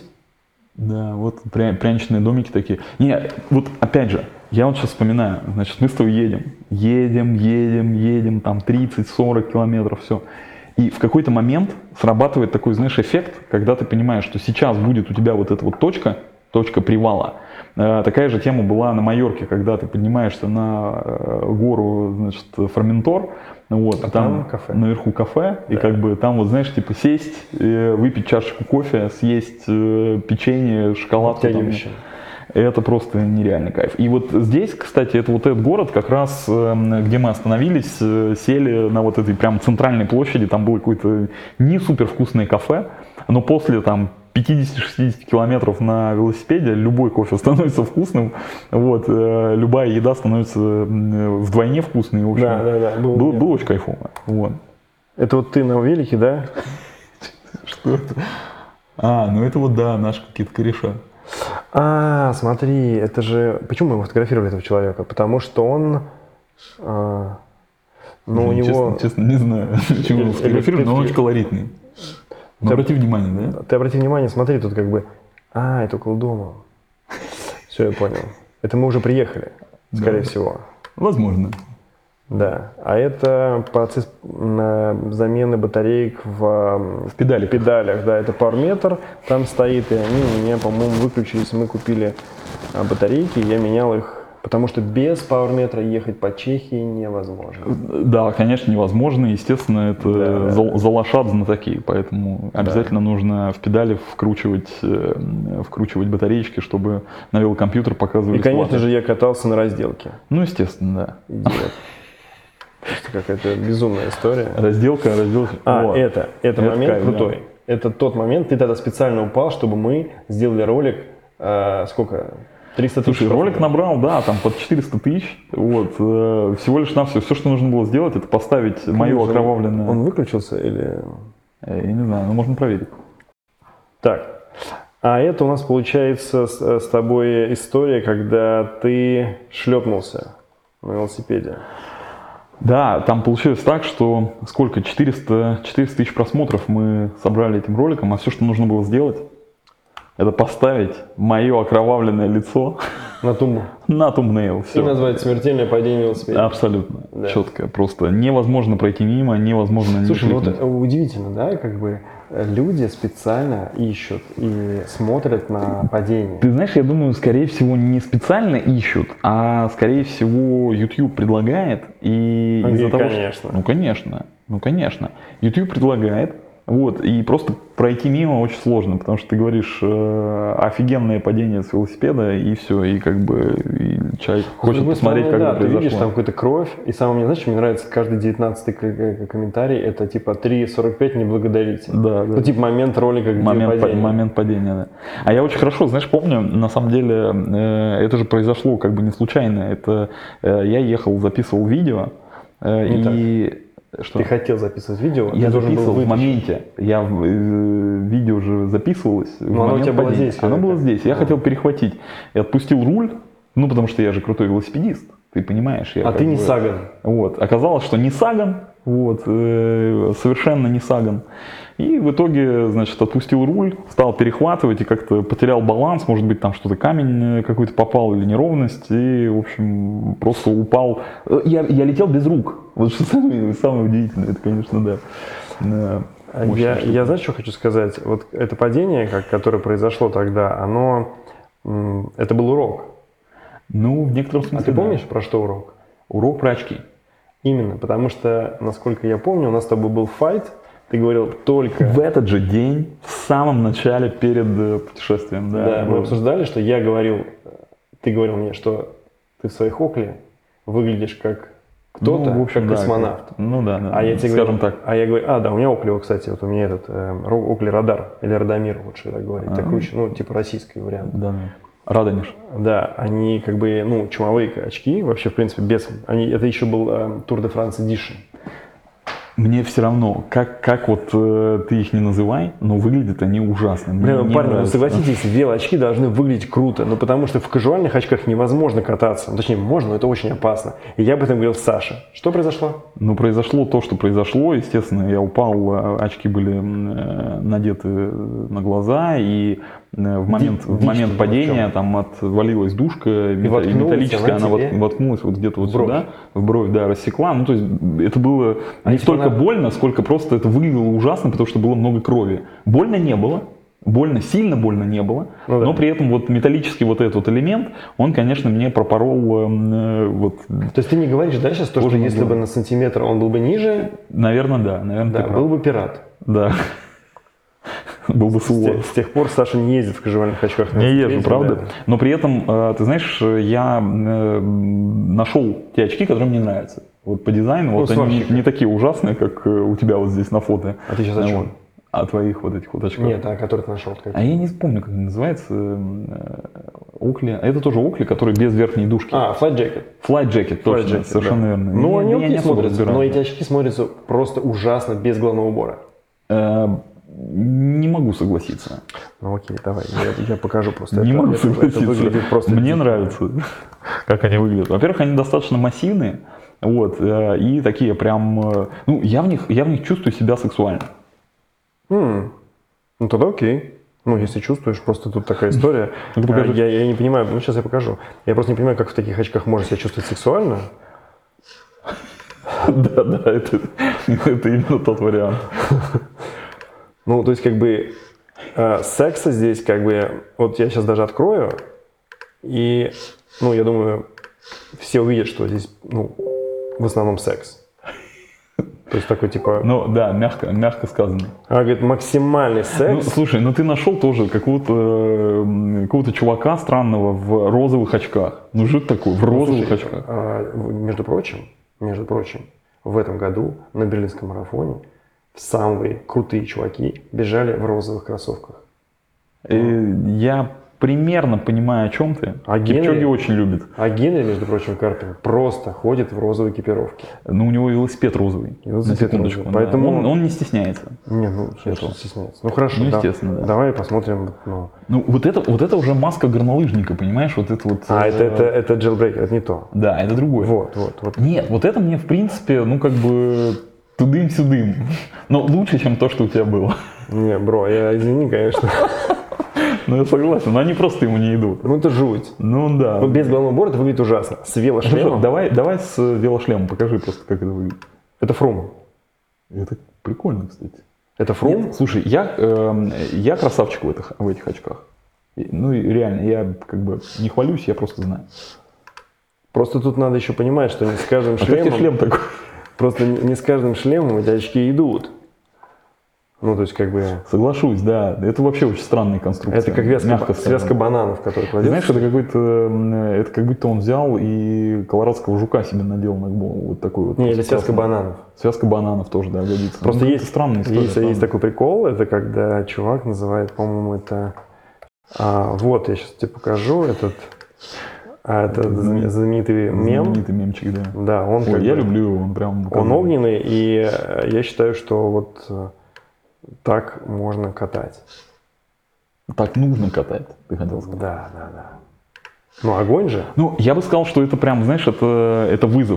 B: Да, вот пря- пряничные домики такие. Не, вот опять же, я вот сейчас вспоминаю, значит, мы с тобой едем, едем, едем, едем, там тридцать-сорок километров, все. И в какой-то момент срабатывает такой, знаешь, эффект, когда ты понимаешь, что сейчас будет у тебя вот эта вот точка, точка привала. Э, такая же тема была на Майорке, когда ты поднимаешься на э, гору, значит, Форментор, вот,
A: а
B: там,
A: там кафе.
B: наверху кафе,
A: Да.
B: и как бы там вот, знаешь, типа сесть, э, выпить чашечку кофе, съесть э, печенье, шоколадку. Там, это просто нереальный кайф. И вот здесь, кстати, это вот этот город, как раз, где мы остановились, сели на вот этой прям центральной площади, там было какое-то не супер вкусное кафе, но после там пятьдесят-шестьдесят километров на велосипеде любой кофе становится вкусным, вот, любая еда становится вдвойне вкусной. В общем,
A: да, да, да. Было,
B: было, было очень кайфово. Вот.
A: Это вот ты на велике, да?
B: Что это? А, ну это вот, да, наши какие-то кореша.
A: А, смотри, это же... Почему мы фотографировали этого человека? Потому что он... А, ну, у
B: честно,
A: него...
B: Честно, не знаю, почему его фотографировали, но он очень колоритный. Ну,
A: ты,
B: обрати внимание, да?
A: Ты обрати внимание, смотри, тут как бы... А, это около дома. Все, я понял. Это мы уже приехали, скорее да. всего.
B: Возможно.
A: Да. А это процесс замены батареек в,
B: в педалях.
A: педалях. Да, это Powermeter там стоит, и они у меня, по-моему, выключились. Мы купили батарейки, я менял их, потому что без Powermeter ехать по Чехии невозможно.
B: Да, конечно, невозможно. Естественно, это
A: да,
B: за,
A: да.
B: за лошад знатоки, поэтому обязательно да. нужно в педали вкручивать, вкручивать батареечки, чтобы на велокомпьютер показывали.
A: И, конечно же, я катался на разделке.
B: Ну, естественно, да.
A: Идиот. Просто какая-то безумная история.
B: Разделка, разделка.
A: А,
B: О,
A: это, это, это момент кайф, крутой. Да. Это тот момент, ты тогда специально упал, чтобы мы сделали ролик, э, сколько? триста тысяч.
B: Слушай, ролик набрал, да, там под четыреста тысяч. Вот, э, всего лишь навсего, все, что нужно было сделать, это поставить Конечно, мою окровавленную...
A: Он выключился или...
B: Я не знаю, но можно проверить.
A: Так, а это у нас получается с, с тобой история, когда ты шлепнулся на велосипеде.
B: Да, там получилось так, что сколько, четыреста, четыреста тысяч просмотров мы собрали этим роликом, а все, что нужно было сделать, это поставить мое окровавленное лицо
A: На тумбу.
B: на тумбнейл.
A: И
B: Все.
A: назвать «Смертельное падение велосипеда».
B: Абсолютно.
A: Да.
B: Четко. Просто невозможно пройти мимо, невозможно не
A: Слушай, ну вот
B: кликнуть.
A: удивительно, да, как бы люди специально ищут и смотрят на падение.
B: Ты знаешь, я думаю, скорее всего, не специально ищут, а скорее всего YouTube предлагает, и
A: Ну,
B: из-за
A: и,
B: того, что-
A: конечно.
B: Ну, конечно. Ну, конечно. YouTube предлагает, вот, и просто пройти мимо очень сложно, потому что ты говоришь э, офигенное падение с велосипеда, и все, и как бы и человек
A: С
B: хочет
A: другой
B: посмотреть,
A: стороны,
B: как
A: да,
B: это
A: ты видишь
B: произошло.
A: там какую-то кровь, и самое мне, знаешь, что мне нравится каждый девятнадцатый к- к- комментарий, это типа три сорок пять не благодарите.
B: Да, да.
A: Ну, типа момент ролика, где
B: Момент, па-
A: падение.
B: момент падения, да. А я очень хорошо, знаешь, помню, на самом деле, э, это же произошло как бы не случайно. Это э, я ехал, записывал видео, э,
A: Не
B: и что?
A: Ты хотел записывать видео,
B: Я
A: ты должен был
B: записывал в
A: вытащить.
B: моменте. Я в- э, видео же записывалось. в
A: Но оно у
B: момент
A: тебя было
B: падения.
A: здесь,
B: Оно
A: как-
B: было здесь. Я
A: да.
B: хотел перехватить. И отпустил руль, ну потому что я же крутой велосипедист. Ты понимаешь? Я
A: А
B: как
A: ты не
B: бы-
A: Саган.
B: Вот. Оказалось, что не Саган, вот, э, совершенно не Саган. И в итоге, значит, отпустил руль, стал перехватывать и как-то потерял баланс, может быть, там что-то камень какой-то попал или неровность, и, в общем, просто упал. Я, я летел без рук. Вот что самое, самое удивительное, это, конечно, да. Да, мощная
A: Я,
B: штука.
A: я знаешь, что хочу сказать? Вот это падение, как, которое произошло тогда, оно, м, это был урок.
B: Ну, в некотором
A: А
B: смысле,
A: ты
B: да.
A: помнишь, про что урок?
B: Урок про очки.
A: Именно, потому что, насколько я помню, у нас с тобой был файт, ты говорил только...
B: В этот же день, в самом начале, перед э, путешествием, да.
A: Да, мы
B: было.
A: обсуждали, что я говорил, ты говорил мне, что ты в своих Окле выглядишь как кто-то,
B: Ну, в общем,
A: как
B: да,
A: космонавт.
B: Ну да, да.
A: А я тебе
B: скажем
A: говорю,
B: так.
A: а я говорю, а, да, у меня Оклево, кстати, вот у меня этот э, Ро- Окли Радар, или Радомир, лучше так говорить,
B: А.
A: так круче, ну, типа российский вариант.
B: Да, да. Радонеж.
A: Да, они как бы, ну, чумовые очки, вообще, в принципе, без, они, это еще был э, Тур де Франс Edition.
B: Мне все равно, как, как вот э, ты их не называй, но выглядят они ужасно. Мне
A: Блин,
B: не
A: парни, ну
B: нравится.
A: согласитесь, велоочки должны выглядеть круто, ну потому что в кажуальных очках невозможно кататься, ну, точнее, можно, но это очень опасно. И я об этом говорил Саше. Что произошло?
B: Ну, произошло то, что произошло. Естественно, я упал, а очки были э, надеты на глаза, и э, в момент,
A: Ди-
B: в
A: дичь
B: момент
A: ты
B: падения
A: в чём?
B: там отвалилась душка, мета-
A: воткнулась
B: металлическая,
A: она
B: она
A: тебе
B: вот- воткнулась вот где-то вот
A: в бровь?
B: сюда, в бровь, да, рассекла. Ну, то есть это было
A: А
B: не
A: если
B: столько
A: она-
B: больно, сколько просто это выглядело ужасно, потому что было много крови. Больно не было. Больно, сильно больно не было,
A: Ну да.
B: но при этом вот металлический вот этот вот элемент, он, конечно, мне пропорол э, вот,
A: То есть ты не говоришь, да, сейчас то, что
B: Кожу
A: если
B: надела.
A: бы на сантиметр он был бы ниже,
B: наверное, да, наверное,
A: да,
B: ты прав.
A: был бы пират.
B: Да. Был бы
A: С тех,
B: суворов.
A: с тех пор Саша не ездит в кажуальных очках. на
B: Не езжу,
A: велосипеде,
B: правда?
A: да.
B: Но при этом, э, ты знаешь, я э, нашел те очки, которые мне нравятся. Вот по дизайну,
A: Ну,
B: вот они
A: сварщика.
B: не, не такие ужасные, как э, у тебя вот здесь на фото.
A: А ты сейчас о
B: Ну,
A: чем?
B: вот. О твоих вот этих вот очках.
A: Нет, а который ты нашел? Как?
B: А я не помню, как они называются. э, Окли. Это тоже Окли, который без верхней дужки.
A: А, Flight Jacket.
B: Flight Jacket, точно,
A: Flight Jacket,
B: совершенно
A: да.
B: верно.
A: Ну,
B: Я-
A: они
B: я
A: окей
B: не особо
A: смотрятся,
B: разбираюсь.
A: но эти очки смотрятся просто ужасно без головного убора.
B: Э, Не могу согласиться.
A: Ну окей, давай, я, я покажу просто.
B: Не
A: это,
B: могу
A: это,
B: согласиться.
A: это выглядит просто...
B: Мне
A: дико.
B: нравится, как они выглядят. Во-первых, они достаточно массивные, вот, э, и такие прям, э, ну, я в них, я в них чувствую себя сексуально.
A: М, Ну тогда окей. Ну, если чувствуешь, просто тут такая история.
B: Ну,
A: А,
B: покажи.
A: Я, я не понимаю, ну сейчас я покажу. Я просто не понимаю, как в таких очках можно себя чувствовать сексуально.
B: Да, да, это, это именно тот вариант.
A: Ну, то есть, как бы, э, секса здесь, как бы, вот я сейчас даже открою, и, ну, я думаю, все увидят, что здесь, ну, в основном секс. То есть, такой, типа,
B: Ну, да, мягко, мягко сказано.
A: она говорит, максимальный
B: Ну,
A: секс.
B: слушай, ну ты нашел тоже какого-то э, какого-то чувака странного в розовых очках. Ну, что это такое, в розовых
A: Слушай,
B: очках?
A: а, в- между прочим, между прочим, в этом году на Берлинском марафоне самые крутые чуваки бежали в розовых кроссовках.
B: Э, Я примерно понимаю, о чем ты.
A: А
B: Кипчоги
A: Генри,
B: очень любит.
A: а Генри, между прочим, Карпин просто ходит в розовой экипировке.
B: Но у него велосипед розовый.
A: Велосипед
B: на секундочку.
A: розовый.
B: Да.
A: Поэтому
B: Он, он не стесняется.
A: Не, ну, что стесняется. Ну, хорошо,
B: Ну,
A: да.
B: естественно, да.
A: Давай посмотрим. Ну,
B: Ну, вот это, вот это уже маска горнолыжника, понимаешь? Вот это вот.
A: а,
B: э,
A: это, это, это jailbreak, это не то.
B: Да, это другое.
A: Вот, вот, вот.
B: Нет, вот это мне, в принципе, ну, как бы тудым-сюдым. Но лучше, чем то, что у тебя было.
A: Не, бро, я извини, конечно.
B: Ну, я согласен, но они просто ему не идут.
A: Ну, это жуть.
B: Ну, да.
A: Ну, без головного убора это выглядит ужасно. С
B: Хорошо,
A: велошлемом.
B: давай, давай с велошлемом покажи просто, как это выглядит.
A: Это Фрум.
B: Это прикольно, кстати.
A: Это Фрум?
B: Нет, слушай, я, э, я красавчик в этих, в этих очках. И, ну, и реально, я как бы не хвалюсь, я просто знаю.
A: Просто тут надо еще понимать, что не с каждым
B: А как тебе
A: шлемом...
B: шлем такой?
A: Просто не не с каждым шлемом эти очки идут. Ну, то есть, как бы...
B: Соглашусь, да. Это вообще очень странная конструкция.
A: Это как вязка,
B: мягко
A: связка
B: сказано.
A: бананов, которые
B: Ты
A: кладешь.
B: знаешь, это какой-то, м, это как будто он взял и колорадского жука себе надел на голову. Вот такой вот.
A: Не, или
B: просто
A: связка
B: красный.
A: бананов.
B: Связка бананов тоже, да, годится.
A: Просто
B: Ну,
A: есть,
B: это странная история.
A: есть, есть
B: правда.
A: такой прикол, это когда чувак называет, по-моему, это... А, вот, я сейчас тебе покажу этот... А, это
B: Знаменитый-
A: знаменитый мем.
B: Знаменитый мемчик, да.
A: Да, он
B: Ой,
A: как
B: я
A: бы-
B: люблю его, он прям...
A: Он огненный, и э, я считаю, что вот э, так можно катать.
B: Так нужно катать, ты хотел сказать.
A: Да, да, да. Ну, огонь же.
B: Ну, я бы сказал, что это прям, знаешь, это, это вызов.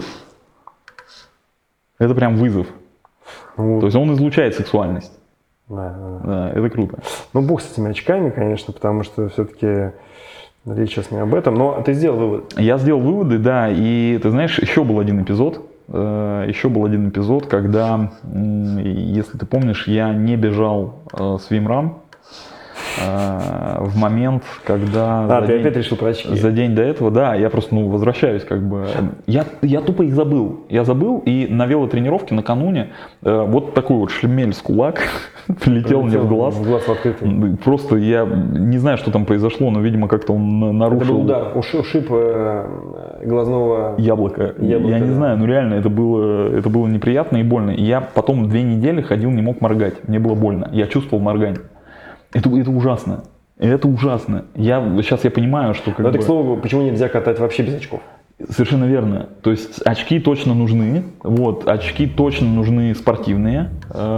B: Это прям вызов.
A: Ну,
B: То есть он излучает сексуальность.
A: да, да, да.
B: Да, это круто.
A: Ну, бог с этими очками, конечно, потому что все-таки речь сейчас не об этом. Но ты сделал вывод.
B: Я сделал выводы, да, и ты знаешь, еще был один эпизод, э, еще был один эпизод, когда, м, если ты помнишь, я не бежал э, свимран э, в момент, когда...
A: А,
B: за
A: ты
B: день-
A: опять решил про очки.
B: За день до этого, да, я просто, ну, возвращаюсь, как бы. Я, я тупо их забыл. Я забыл, и на велотренировке накануне э, вот такой вот шлемель с кулак прилетел мне в глаз.
A: В глаз в открытый.
B: Просто я не знаю, что там произошло, но, видимо, как-то он на-
A: Это
B: нарушил
A: был удар, ушиб, ушиб э, глазного...
B: яблоко.
A: Яблоко,
B: Я не
A: да.
B: знаю, ну реально, это было, это было неприятно и больно. И я потом две недели ходил, не мог моргать. Мне было больно. Я чувствовал моргание. Это, это ужасно. Это ужасно. Я, сейчас я понимаю, что как
A: Но это,
B: бы...
A: к слову, почему нельзя катать вообще без очков?
B: Совершенно верно. То есть очки точно нужны. Вот, очки точно нужны спортивные.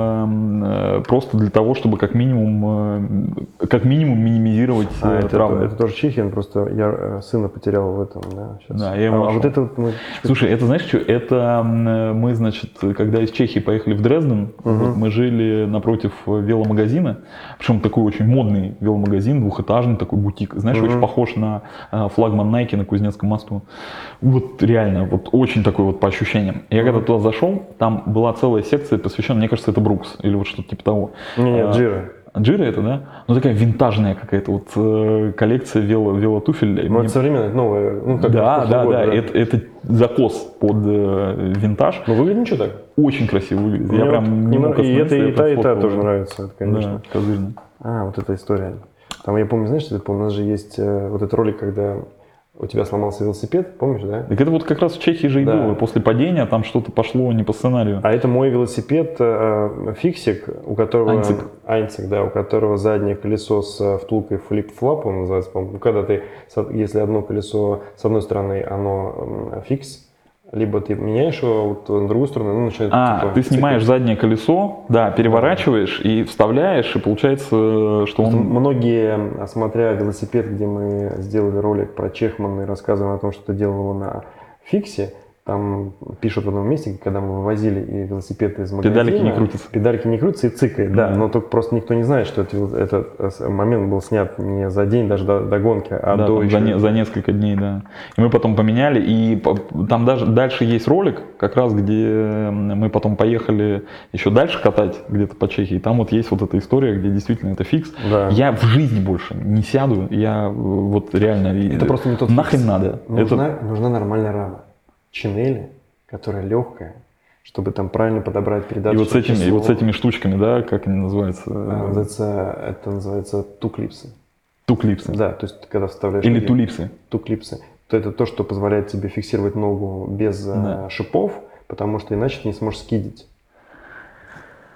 B: эм, э, Просто для того, чтобы как минимум, э, как минимум минимизировать
A: А,
B: э,
A: это,
B: травмы.
A: это тоже Чехин, просто я э, сына потерял в этом, да, сейчас.
B: Да, я его
A: а, а вот
B: нашел.
A: это вот мы...
B: Слушай, это знаешь что? Это м, мы, значит, когда из Чехии поехали в Дрезден, вот мы жили напротив веломагазина, причем такой очень модный веломагазин, двухэтажный такой бутик, знаешь, очень похож на э, флагман Nike на Кузнецком мосту. Вот реально, вот очень такой вот по ощущениям. Я когда туда зашел, там была целая секция посвященная, мне кажется, это Брукс или вот что-то типа того.
A: Не, не,
B: А,
A: Джира.
B: Джира это, да? Ну такая винтажная какая-то вот э, коллекция вело, велотуфель.
A: Ну,
B: Мне-
A: это современное, это новое. Ну, как
B: да,
A: прошлого
B: да,
A: года,
B: да, Это, это закос под э, винтаж.
A: Ну, выглядит ничего так.
B: Очень красиво выглядит. Я
A: Мне
B: прям
A: вот
B: не
A: не
B: мог
A: нрав- И это,
B: остановиться,
A: и
B: я
A: та, и та
B: прям
A: тоже
B: сфоткал.
A: нравится, это, конечно.
B: Да, козырно.
A: А, вот эта история. Там, я помню, знаешь, что ты помню, у нас же есть э, вот этот ролик, когда у тебя сломался велосипед, помнишь, да?
B: Так это вот как раз в Чехии же и
A: Да.
B: было. После падения там что-то пошло не по сценарию.
A: А это мой велосипед э, фиксик, у которого...
B: Айнцик.
A: Айнцик, да, у которого заднее колесо с э, втулкой флип-флап, он называется, по-моему. Ну, когда ты, с- если одно колесо с одной стороны, оно м, фикс, либо ты меняешь его, вот на другую сторону, оно начинает...
B: А,
A: типа,
B: ты снимаешь
A: цикать.
B: заднее колесо, да, переворачиваешь и вставляешь, и получается, что
A: Просто
B: он...
A: Многие, смотря велосипед, где мы сделали ролик про Чехмана и рассказываем о том, что ты делал его на фиксе, там пишут в одном месте, когда мы вывозили и велосипед из магазина.
B: Педальки не крутятся.
A: Педальки не крутятся и цикает, да.
B: Да.
A: Но только просто никто не знает, что это, вел- этот момент был снят не за день даже до, до гонки, а
B: Да,
A: до
B: там
A: еще...
B: за, не- за несколько дней, да. И мы потом поменяли, и по- там даже дальше есть ролик, как раз где мы потом поехали еще дальше катать где-то по Чехии, и там вот есть вот эта история, где действительно это фикс.
A: Да.
B: Я в жизни больше не сяду, я э, вот реально...
A: Это просто не тот
B: Нахрен
A: фикс.
B: надо.
A: Нужна,
B: Это,
A: нужна нормальная рама. Чинели, которая легкая, чтобы там правильно подобрать
B: и
A: передаточное
B: вот, с этими, и
A: число.
B: вот с этими штучками, да, как они называются?
A: А, называется, это называется туклипсы.
B: Туклипсы.
A: Да, то есть когда вставляешь...
B: Или
A: ноги-
B: тулипсы.
A: туклипсы, то это то, что позволяет тебе фиксировать ногу без э,
B: Да.
A: шипов, потому что иначе ты не сможешь скидить.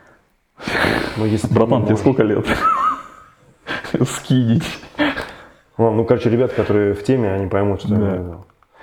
A: Но если ты
B: Братан,
A: не
B: тебе
A: можешь-
B: сколько лет? Скидить.
A: Ладно, ну, короче, ребята, которые в теме, они поймут, что
B: Да.
A: я имею в виду.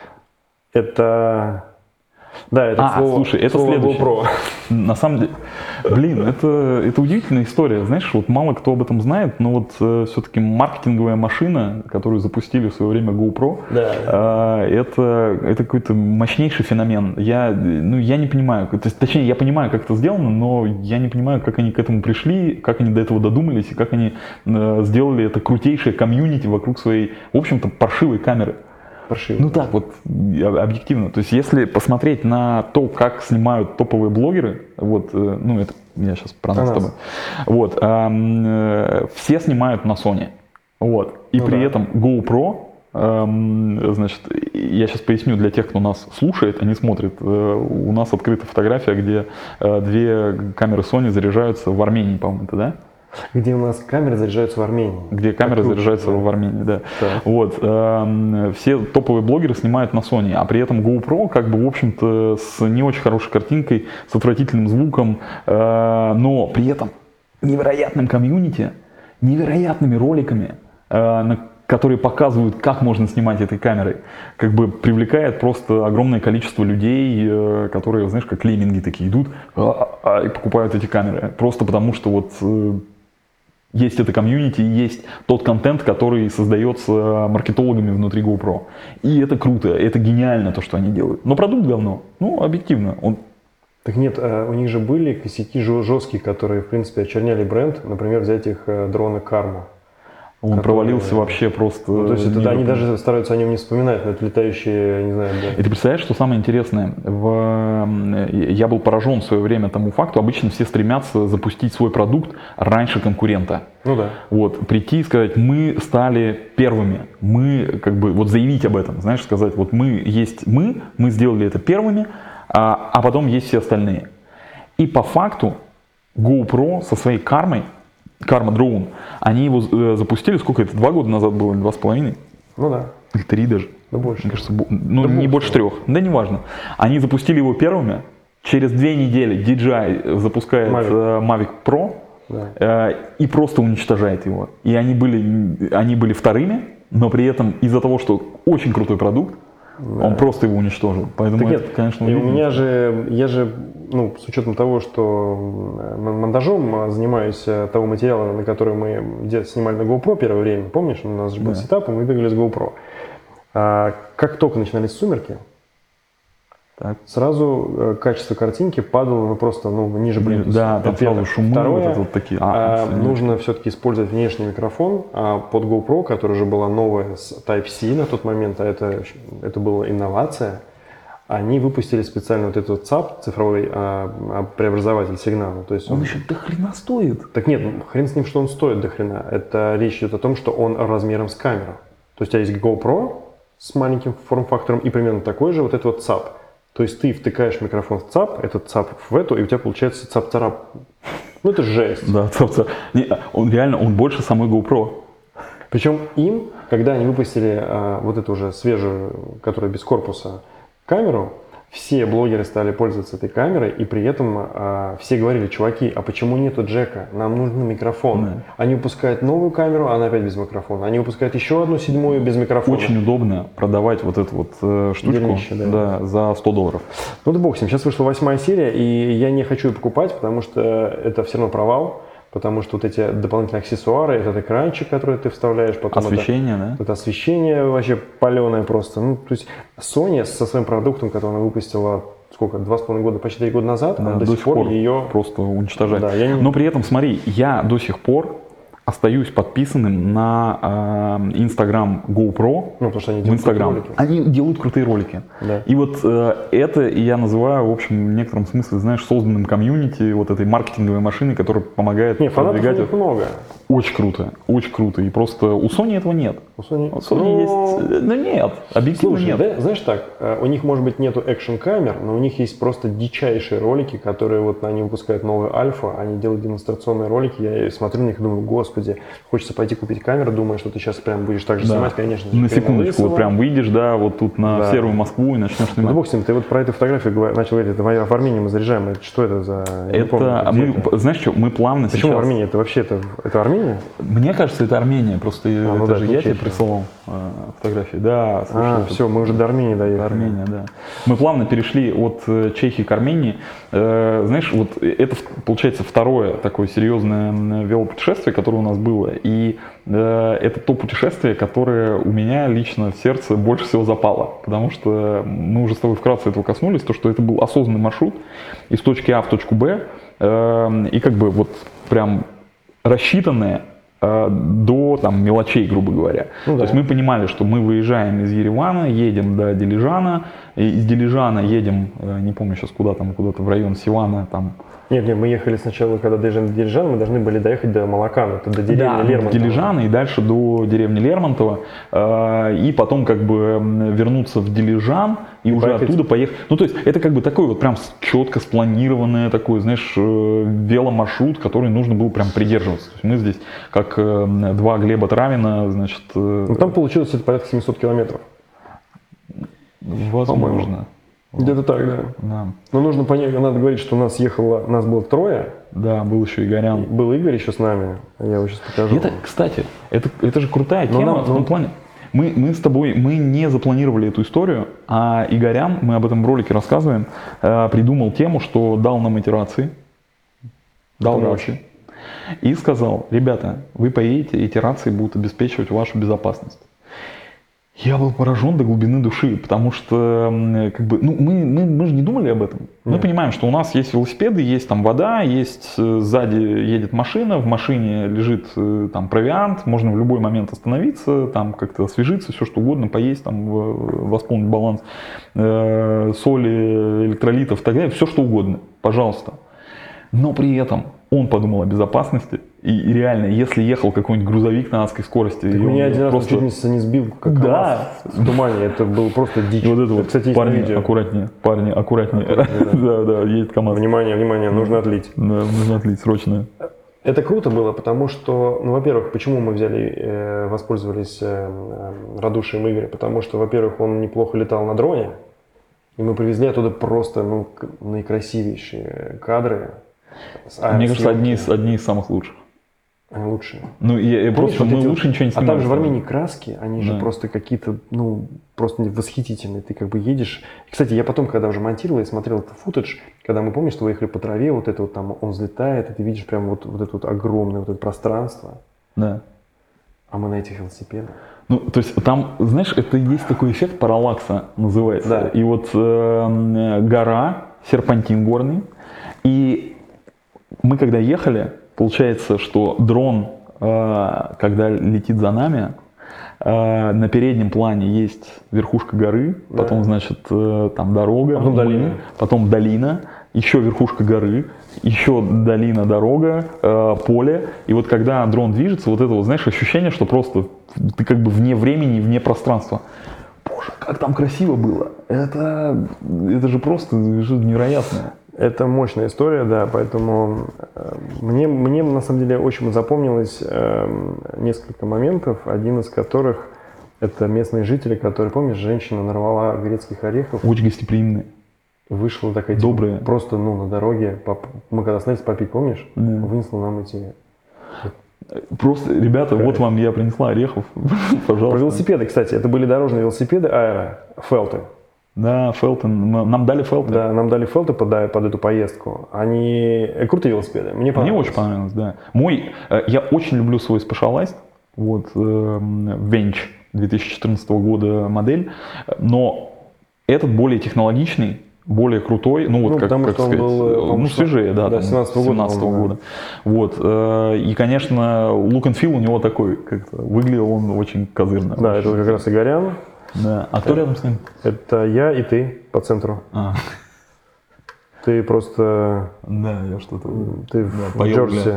A: Это... Да, это
B: А,
A: слово,
B: слушай, это
A: слово
B: следующее.
A: GoPro.
B: На самом деле, блин, это, это удивительная история. Знаешь, вот мало кто об этом знает, но вот э, все-таки маркетинговая машина, которую запустили в свое время GoPro,
A: Да.
B: э, это, это какой-то мощнейший феномен. Я, ну, я не понимаю, то есть, точнее, я понимаю, как это сделано, но я не понимаю, как они к этому пришли, как они до этого додумались и как они э, сделали это крутейшее комьюнити вокруг своей, в общем-то, паршивой камеры.
A: Паршиво.
B: Ну так вот, объективно. То есть, если посмотреть на то, как снимают топовые блогеры, вот, э, ну это я сейчас про нас с тобой, вот, эм, э, все снимают на Sony, вот, и
A: Ну
B: при
A: да.
B: этом GoPro, эм, значит, я сейчас поясню для тех, кто нас слушает, а не смотрит, э, у нас открыта фотография, где э, две камеры Sony заряжаются в Армении, по-моему, это, да?
A: Где у нас камеры заряжаются в Армении.
B: Где камеры
A: Вокруг,
B: заряжаются
A: да.
B: в Армении, да.
A: Так.
B: Вот, эм, все топовые блогеры снимают на Sony, а при этом GoPro, как бы, в общем-то, с не очень хорошей картинкой, с отвратительным звуком, э, но при этом невероятным комьюнити, невероятными роликами, э, на которые показывают, как можно снимать этой камерой, как бы привлекает просто огромное количество людей, э, которые, знаешь, как лемминги такие идут а, а, и покупают эти камеры, просто потому что вот э, есть это комьюнити, есть тот контент, который создается маркетологами внутри GoPro. И это круто, это гениально то, что они делают. Но продукт говно. Ну, объективно. Он...
A: Так нет, э, у них же были косяки жё- жесткие, которые, в принципе, очерняли бренд. Например, взять их э, дроны Карма.
B: Он
A: Которые-
B: провалился вообще просто.
A: Ну, то есть это,
B: не
A: да, они
B: знаю.
A: даже стараются о нем не вспоминать, но это летающие, не знаю, да.
B: И ты представляешь, что самое интересное? В... Я был поражен в свое время тому факту. Обычно все стремятся запустить свой продукт раньше конкурента.
A: Ну да.
B: Вот, прийти и сказать, мы стали первыми, мы, как бы, вот заявить об этом, знаешь, сказать, вот мы есть мы, мы сделали это первыми, а, а потом есть все остальные. И по факту GoPro со своей кармой, Karma Drone, они его э, запустили, сколько это, два года назад было, два с половиной?
A: Ну да.
B: Или три даже.
A: Да больше.
B: Мне кажется, бо- ну
A: Да
B: не
A: бог
B: больше
A: с
B: трех, да неважно. Они запустили его первыми, через две недели ди джей ай запускает
A: Mavic.
B: э, Mavic Pro,
A: Да.
B: э, и просто уничтожает его. И они были, они были вторыми, но при этом из-за того, что очень крутой продукт,
A: Да.
B: он просто его уничтожил. Поэтому
A: Так
B: это,
A: нет,
B: конечно,
A: и у
B: удивительно.
A: меня же, я же, ну, с учетом того, что м, монтажом занимаюсь э, того материала, на который мы где снимали на GoPro первое время, помнишь, у нас же был
B: Да.
A: сетап, и мы бегали с GoPro. А, как только начинались сумерки,
B: Так.
A: сразу э, качество картинки падало, ну, просто, ну, ниже плинтуса.
B: Да, там
A: Это первое.
B: сразу шумы,
A: Второе,
B: вот это вот такие.
A: а,
B: А,
A: нужно все-таки использовать внешний микрофон а, под GoPro, который уже была новая с Type-C на тот момент, а это, это была инновация. Они выпустили специально вот этот цап, цифровой а, а, преобразователь сигнала. То есть
B: он
A: он,
B: еще до хрена стоит.
A: Так нет, хрен с ним, что он стоит до хрена. Это речь идет о том, что он размером с камеру. То есть у тебя есть GoPro с маленьким форм-фактором и примерно такой же вот этот вот цап. То есть ты втыкаешь микрофон в цап, этот цап в эту, и у тебя получается цап-царап. Ну это жесть.
B: Да, цап, цап. Не, он реально, он больше самой GoPro.
A: Причем им, когда они выпустили а, вот эту уже свежую, которая без корпуса, камеру, все блогеры стали пользоваться этой камерой, и при этом а, все говорили, чуваки, а почему нету джека? Нам нужен микрофон.
B: Да.
A: Они выпускают новую камеру, она опять без микрофона. Они выпускают еще одну седьмую без микрофона.
B: Очень удобно продавать вот эту вот э, штучку
A: Дерьмище, да.
B: да, за сто долларов.
A: Ну да бог с ним. Сейчас вышла восьмая серия, и я не хочу ее покупать, потому что это все равно провал. Потому что вот эти дополнительные аксессуары, этот экранчик, который ты вставляешь, потом
B: Освещение,
A: это,
B: да?
A: это освещение вообще паленое просто. Ну, то есть Sony со своим продуктом, который она выпустила сколько, два с половиной года, почти три года назад,
B: Да,
A: она до, сих пор ее...
B: просто уничтожает.
A: Да, я не-
B: Но при этом, смотри, я до сих пор остаюсь подписанным на э, Instagram GoPro,
A: Ну, потому что они
B: в
A: делают
B: Instagram.
A: ролики.
B: Они делают крутые ролики.
A: Да.
B: И вот э, это я называю, в общем, в некотором смысле, знаешь, созданным комьюнити, вот этой маркетинговой машины, которая помогает
A: Не, фанатов у
B: продвигать.
A: них много.
B: Очень круто, очень круто. И просто у Sony этого нет.
A: У Sony,
B: У Sony
A: Ну,
B: есть... Ну нет, объективно
A: Слушай,
B: нет.
A: да, знаешь так, э, у них, может быть, нету экшн-камер, но у них есть просто дичайшие ролики, которые вот они выпускают новую альфа, они делают демонстрационные ролики, я смотрю на них и думаю, господи, хочется пойти купить камеру, думаю, что ты сейчас прям будешь так же
B: Да.
A: снимать, конечно же.
B: На
A: Кремль
B: секундочку, вот
A: Лысого.
B: прям выйдешь, да, вот тут на
A: Да.
B: серую Москву и начнешь
A: Ну,
B: снимать.
A: бог с ним, ты вот про эту фотографию говор- начал говорить, это в Армении мы заряжаем, это что это за... я не помню,
B: Это
A: где
B: мы,
A: это?
B: знаешь что, мы плавно
A: Почему
B: сейчас...
A: в Армении? Это вообще, это, это Армения Армения?
B: Мне кажется, это Армения. Просто
A: А,
B: это
A: ну да,
B: же
A: это
B: я тебе
A: Чехия.
B: присылал э, фотографии. Да, слушай,
A: А,
B: это-
A: все, мы уже до Армении доехали.
B: Армения, да. Мы плавно перешли от э, Чехии к Армении. Э, знаешь, вот это получается второе такое серьезное м, велопутешествие, которое у нас было. И э, это то путешествие, которое у меня лично в сердце больше всего запало. Потому что мы уже с тобой вкратце этого коснулись, то, что это был осознанный маршрут из точки А в точку Б. Э, и как бы вот прям рассчитанное э, до там, мелочей, грубо говоря.
A: Ну,
B: То
A: да.
B: есть мы понимали, что мы выезжаем из Еревана, едем до Дилижана, и из Дилижана едем, э, не помню сейчас куда там, куда-то в район Сивана, там.
A: Нет, нет, мы ехали сначала, когда доезжали до Дилижана, мы должны были доехать до Малакана, это до деревни
B: Да,
A: Лермонтова.
B: Дилижана и дальше до деревни Лермонтова, э, и потом как бы м, вернуться в Дилижан и, уже
A: поехать.
B: оттуда поехать. Ну то есть это как бы такой вот прям с- четко спланированный такой, знаешь, э, веломаршрут, который нужно было прям придерживаться. То есть мы здесь как э, два Глеба Травина, значит, э,
A: Ну, там получилось это порядка семьсот километров.
B: возможно.
A: Где-то так, да.
B: Да.
A: Но нужно понять, надо говорить, что у нас ехало, нас было трое,
B: Да, был еще Игорян.
A: был Игорь еще с нами, я его сейчас покажу.
B: Это, кстати, это, это же крутая
A: Но
B: тема
A: нам-
B: в том
A: ну-
B: плане. Мы, мы с тобой, мы не запланировали эту историю, а Игорян, мы об этом в ролике рассказываем, э, придумал тему, что дал нам эти рации, дал
A: Это
B: рации, и сказал: ребята, вы поедете, эти рации будут обеспечивать вашу безопасность. Я был поражен до глубины души, потому что м, как бы, ну, мы, мы, мы же не думали об этом. Мы
A: Нет.
B: понимаем, что у нас есть велосипеды, есть там вода, есть э, сзади едет машина, в машине лежит э, там провиант, можно в любой момент остановиться, там как-то освежиться, все что угодно, поесть, там в- восполнить баланс э, соли, электролитов и так далее, все что угодно, пожалуйста. Но при этом он подумал о безопасности, и, и реально, если ехал какой-нибудь грузовик на адской скорости, и
A: Меня
B: он
A: один раз
B: просто...
A: чуть не сбил, как
B: Да.
A: КамАЗ в тумане, это было просто дичь.
B: И вот это вот,
A: кстати, есть на
B: парни,
A: видео.
B: аккуратнее, парни, аккуратнее.
A: Аккуратнее,
B: Да, да, едет КамАЗ.
A: Внимание, внимание, нужно отлить.
B: Да, нужно отлить, срочно.
A: Это круто было, потому что, ну, во-первых, почему мы взяли, э, воспользовались э, э, радушием Игоря? Потому что, во-первых, он неплохо летал на дроне, и мы привезли оттуда просто, ну, к- наикрасивейшие кадры. с
B: Мне кажется,
A: аэросъемкой.
B: одни из, одни из самых лучших.
A: Они лучшие.
B: Ну, и, и
A: Помнишь,
B: просто
A: вот
B: мы
A: эти вот-
B: лучше ничего не
A: А
B: снимали.
A: там же в Армении краски, они же
B: Да.
A: просто какие-то, ну, просто восхитительные. Ты как бы едешь. И, кстати, я потом, когда уже монтировал, я смотрел этот футаж, когда мы, помнишь, что вы ехали по траве, вот это вот там, он взлетает, и ты видишь прям вот, вот это вот огромное вот это пространство,
B: Да.
A: а мы на этих велосипедах.
B: Ну, то есть там, знаешь, это есть такой эффект параллакса называется.
A: Да.
B: И вот э, гора, серпантин горный, и мы когда ехали, получается, что дрон, э, когда летит за нами, э, на переднем плане есть верхушка горы,
A: Да.
B: потом, значит, э, там дорога,
A: Потом
B: мы,
A: долина.
B: потом долина, еще верхушка горы, еще долина, дорога, э, поле. И вот когда дрон движется, вот это вот, знаешь, ощущение, что просто ты как бы вне времени, вне пространства. Боже, как там красиво было. Это, это же просто же невероятно.
A: Это мощная история, да, поэтому э, мне, мне на самом деле очень запомнилось э, несколько моментов, один из которых это местные жители, которые, помнишь, женщина нарвала грецких орехов,
B: Очень гостеприимный.
A: вышла такая, типа,
B: Добрая.
A: просто, ну, на дороге, поп- мы когда остановились попить, помнишь,
B: Да.
A: вынесла нам эти...
B: Просто, ребята, вот вам я принесла орехов.
A: Про
B: Пожалуйста.
A: велосипеды, кстати, это были дорожные велосипеды Аэро, Фелты.
B: Да, Фелтон. Мы- Нам дали Фелтон.
A: Да, нам дали Фелты под, под эту поездку. Они э, крутые велосипеды, мне
B: Мне
A: понравилось.
B: очень понравилось, да. Мой, э, я очень люблю свой Specialized, вот, э, Venge две тысячи четырнадцатого года модель, но этот более технологичный, более крутой, ну вот
A: Ну,
B: как,
A: потому
B: как
A: что он
B: сказать,
A: был,
B: э,
A: по-моему,
B: ну свежее, да,
A: да,
B: там,
A: семнадцатого года,
B: семнадцатого
A: по-моему,
B: года. Вот, э, и, конечно, look and feel у него такой, как-то выглядел он очень козырно.
A: Да, это как раз Игорян,
B: Да. А кто рядом с ним?
A: это я и ты по центру.
B: А,
A: Ты просто,
B: да, я что-то
A: ты
B: Да,
A: в
B: поел,
A: Джорджи.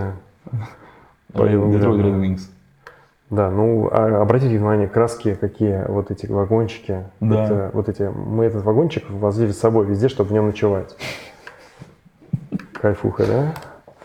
B: поел
A: Поел,
B: Detroit
A: да.
B: Red Wings.
A: Да, ну а обратите внимание, краски какие, вот эти вагончики.
B: Да.
A: Это, вот эти, мы этот вагончик возили с собой везде, чтобы в нем ночевать. Кайфуха, да?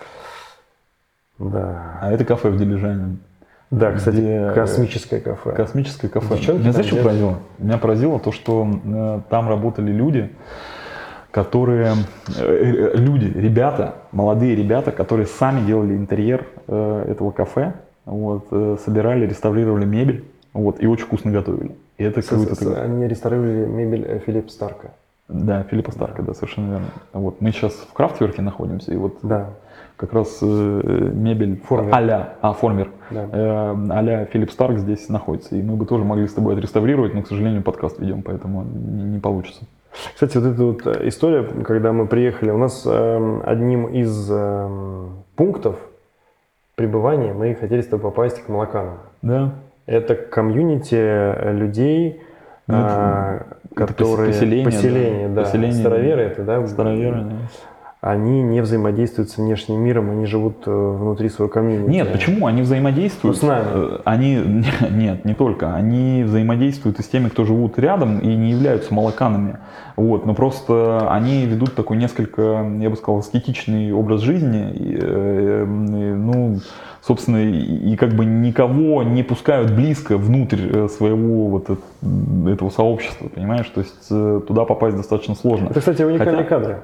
A: Да.
B: А это кафе в Дилижане.
A: Да, кстати,
B: Где-
A: космическое кафе.
B: Космическое кафе.
A: Девчонки
B: Меня
A: там
B: знаешь, что
A: делали?
B: поразило? Меня поразило то, что э, там работали люди, которые, э, э, люди, ребята, молодые ребята, которые сами делали интерьер э, этого кафе. вот, э, собирали, реставрировали мебель, вот, и очень вкусно готовили. И это какой-то такой...
A: Они реставрировали мебель Филиппа Старка.
B: Да, Филиппа Старка, да, совершенно верно. Вот, мы сейчас в Крафтверке находимся, и вот
A: Да.
B: как раз э, мебель
A: Формер.
B: а-ля, а, формер,
A: Да.
B: э, а-ля Филипп Старк здесь находится. И мы бы тоже могли с тобой отреставрировать, но, к сожалению, подкаст ведем, поэтому не, не получится.
A: Кстати, вот эта вот история, когда мы приехали, у нас э, одним из э, пунктов пребывания мы хотели с тобой попасть к Молоканам.
B: Да.
A: Это комьюнити людей,
B: Ну,
A: э,
B: это
A: которые...
B: поселение,
A: поселение, да.
B: да. Поселение,
A: Староверы это, да?
B: Староверы, да.
A: Они не взаимодействуют с внешним миром, они живут э, внутри своего комьюнити.
B: Нет, почему? Они взаимодействуют.
A: Ну, с нами.
B: Э, Они, нет, не только. Они взаимодействуют и с теми, кто живут рядом и не являются молоканами. Вот, но просто они ведут такой несколько, я бы сказал, аскетичный образ жизни. И, э, ну, собственно, и, и как бы никого не пускают близко внутрь своего вот этого сообщества, понимаешь? То есть э, туда попасть достаточно сложно.
A: Это, кстати, уникальные
B: Хотя...
A: кадры.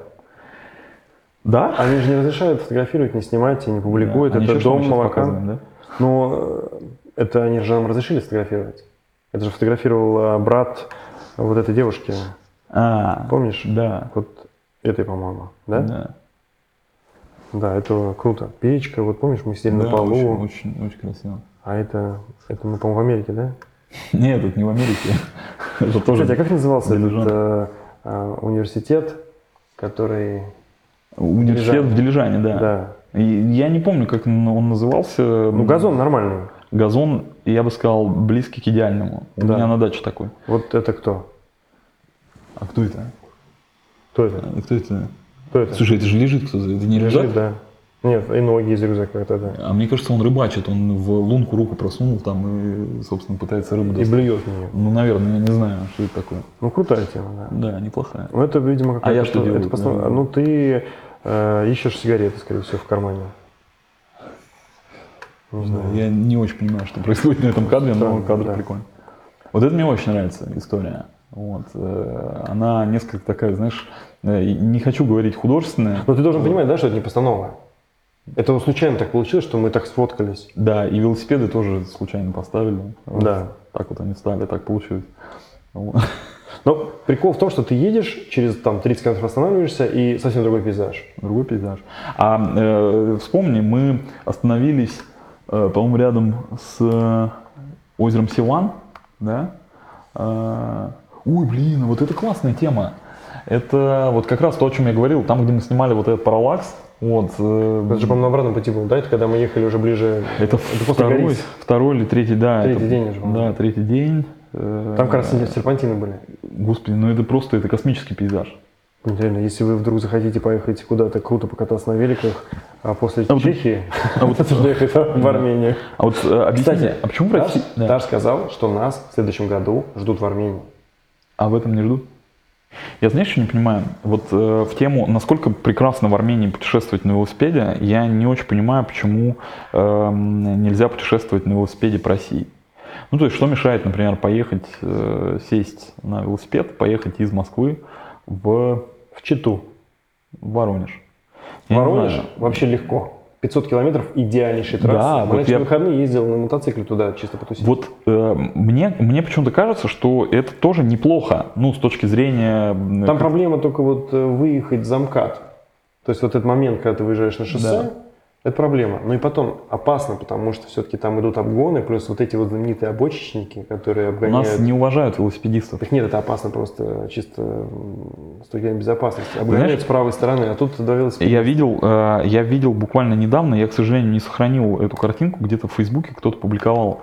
B: Да?
A: Они же не разрешают фотографировать, не снимать и не публикуют.
B: Да.
A: Это дом молока.
B: Показываем, да?
A: Но это они же нам разрешили сфотографировать. Это же фотографировал брат вот этой девушки.
B: А,
A: помнишь?
B: Да.
A: Вот этой, по-моему, да?
B: Да.
A: Да, это круто. Печка, вот помнишь, мы сидели
B: Да,
A: на полу.
B: Очень, очень, очень красиво.
A: А это, это мы, по-моему, в Америке, да?
B: Нет, это не в Америке. Это тоже.
A: Кстати, а как назывался
B: Дилижан.
A: этот э, э, университет, который...
B: Университет в Дилижане, да.
A: Да.
B: И я не помню, как он он назывался.
A: Ну, газон нормальный.
B: Газон, я бы сказал, близкий к идеальному. У
A: Да.
B: меня на даче такой.
A: Вот это кто?
B: А кто это?
A: Кто это?
B: А кто это?
A: Кто это?
B: Слушай, это же лежит кто-то. Это не рюкзак?
A: Лежит, да. Нет, и ноги из рюкзака, это да.
B: А мне кажется, он рыбачит. Он в лунку руку просунул там и, собственно, пытается рыбу
A: И
B: достать.
A: блюет в нее.
B: Ну, наверное, я не знаю, что это такое.
A: Ну, крутая тема, да.
B: Да, неплохая.
A: Ну, это, видимо, какая-то...
B: А я что
A: это
B: делаю?
A: постанов-
B: Да.
A: Ну, ты э, ищешь сигареты, скорее всего, в кармане. Не знаю.
B: Я не очень понимаю, что происходит на этом кадре, но
A: Странно,
B: кадр
A: да.
B: прикольный. Вот это мне очень нравится история. Вот. э, Она несколько такая, знаешь, э, не хочу говорить художественная.
A: Но ты должен понимать, да, что это не постанова. Это вот случайно так получилось, что мы так сфоткались.
B: Да, и велосипеды тоже случайно поставили. Вот.
A: Да.
B: Так вот они стали, так получилось. Вот.
A: Но прикол в том, что ты едешь, через там тридцать километров останавливаешься, и совсем другой пейзаж.
B: Другой пейзаж. А э, вспомни, мы остановились, э, по-моему, рядом с э, озером Сиван, да? Э, ой, блин, вот это классная тема. Это вот как раз то, о чем я говорил, там, где мы снимали вот этот параллакс. Вот, э,
A: Это же, по-моему, на обратном пути был, да? Это когда мы ехали уже ближе...
B: это,
A: после
B: второй,
A: Горицы.
B: второй или третий, да.
A: Третий
B: это,
A: день уже был.
B: Да, третий день. Э,
A: Там, кажется, серпантины были.
B: Господи, ну это просто, это космический пейзаж.
A: Реально, если вы вдруг захотите поехать куда-то круто покататься на великах, а после
B: А вот-
A: Чехии,
B: а вот-
A: это же ехать в Армению.
B: А вот э, объясни,
A: Кстати,
B: а почему в
A: Таш,
B: России? Да.
A: Таш сказал, что нас в следующем году ждут в Армении.
B: А в этом не ждут? Я, знаешь, что не понимаю? Вот э, в тему, насколько прекрасно в Армении путешествовать на велосипеде, я не очень понимаю, почему э, нельзя путешествовать на велосипеде по России. Ну, то есть, что мешает, например, поехать, э, сесть на велосипед, поехать из Москвы в,
A: В Читу.
B: в Воронеж? Я не
A: Воронеж
B: знаю.
A: вообще легко. пятьсот километров идеальнейшей трассы.
B: Да,
A: Мы
B: вот
A: на эти
B: я-
A: выходные ездил на мотоцикле туда чисто потусить.
B: Вот э, мне, мне почему-то кажется, что это тоже неплохо, ну, с точки зрения... м,
A: Там проблема только вот э, выехать за МКАД. То есть вот этот момент, когда ты выезжаешь на шоссе,
B: Да.
A: это проблема. Ну и потом опасно, потому что все-таки там идут обгоны, плюс вот эти вот знаменитые обочечники, которые
B: У
A: обгоняют.
B: нас не уважают велосипедистов.
A: Так нет, это опасно просто чисто м, с точки зрения безопасности. Обгоняют
B: Знаешь,
A: с правой стороны, а тут два велосипеда.
B: Я видел, э, я видел буквально недавно, я, к сожалению, не сохранил эту картинку, где-то в Фейсбуке кто-то публиковал.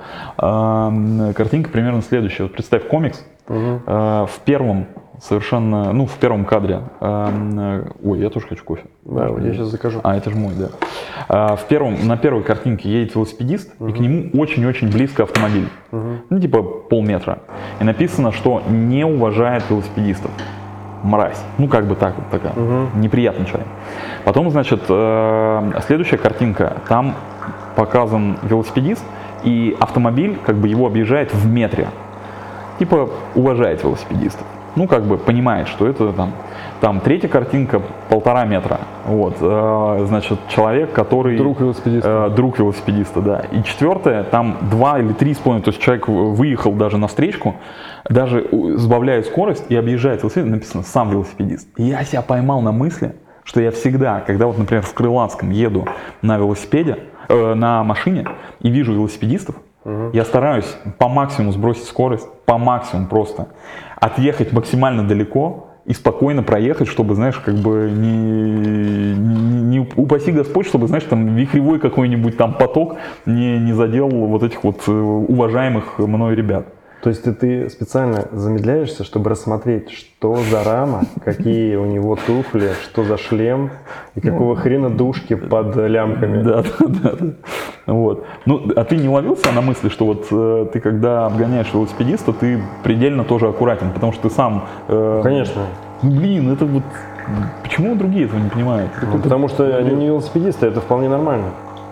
B: Э, картинка примерно следующая. Вот представь комикс,
A: Мгм.
B: э, в первом совершенно, ну, в первом кадре. э, ой, я тоже хочу кофе.
A: Да, вот я сейчас закажу.
B: А, это же мой, да. А, в первом, на первой картинке едет велосипедист, и к нему очень-очень близко автомобиль. Ну, типа полметра. И написано, что не уважает велосипедистов. Мразь. Ну, как бы так вот такая. Неприятный человек. Потом, значит, э, следующая картинка. Там показан велосипедист, и автомобиль как бы его объезжает в метре. Типа уважает велосипедистов. ну, как бы понимает, что это там, там третья картинка полтора метра, вот, э, значит, человек, который...
A: Друг велосипедиста.
B: Э, друг велосипедиста, да. И четвертое, там два или три с половиной, то есть человек выехал даже на встречку, даже сбавляет скорость и объезжает велосипед, написано «сам велосипедист». И я себя поймал на мысли, что я всегда, когда вот, например, в Крылатском еду на велосипеде, э, на машине и вижу велосипедистов, угу. я стараюсь по максимуму сбросить скорость, по максимуму просто отъехать максимально далеко и спокойно проехать, чтобы, знаешь, как бы не, не, не упаси Господь, чтобы, знаешь, там вихревой какой-нибудь там поток не, не задел вот этих вот уважаемых мной ребят.
A: То есть ты, ты специально замедляешься, чтобы рассмотреть, что за рама, какие у него туфли, что за шлем и какого хрена дужки под лямками.
B: Да, да, да, да. Вот. Ну, а ты не ловился на мысли, что вот э, ты когда обгоняешь велосипедиста, ты предельно тоже аккуратен, потому что ты сам... Э,
A: Конечно.
B: Ну, блин, это вот... Почему другие этого не понимают?
A: Ну, потому что они не велосипедисты, это вполне нормально.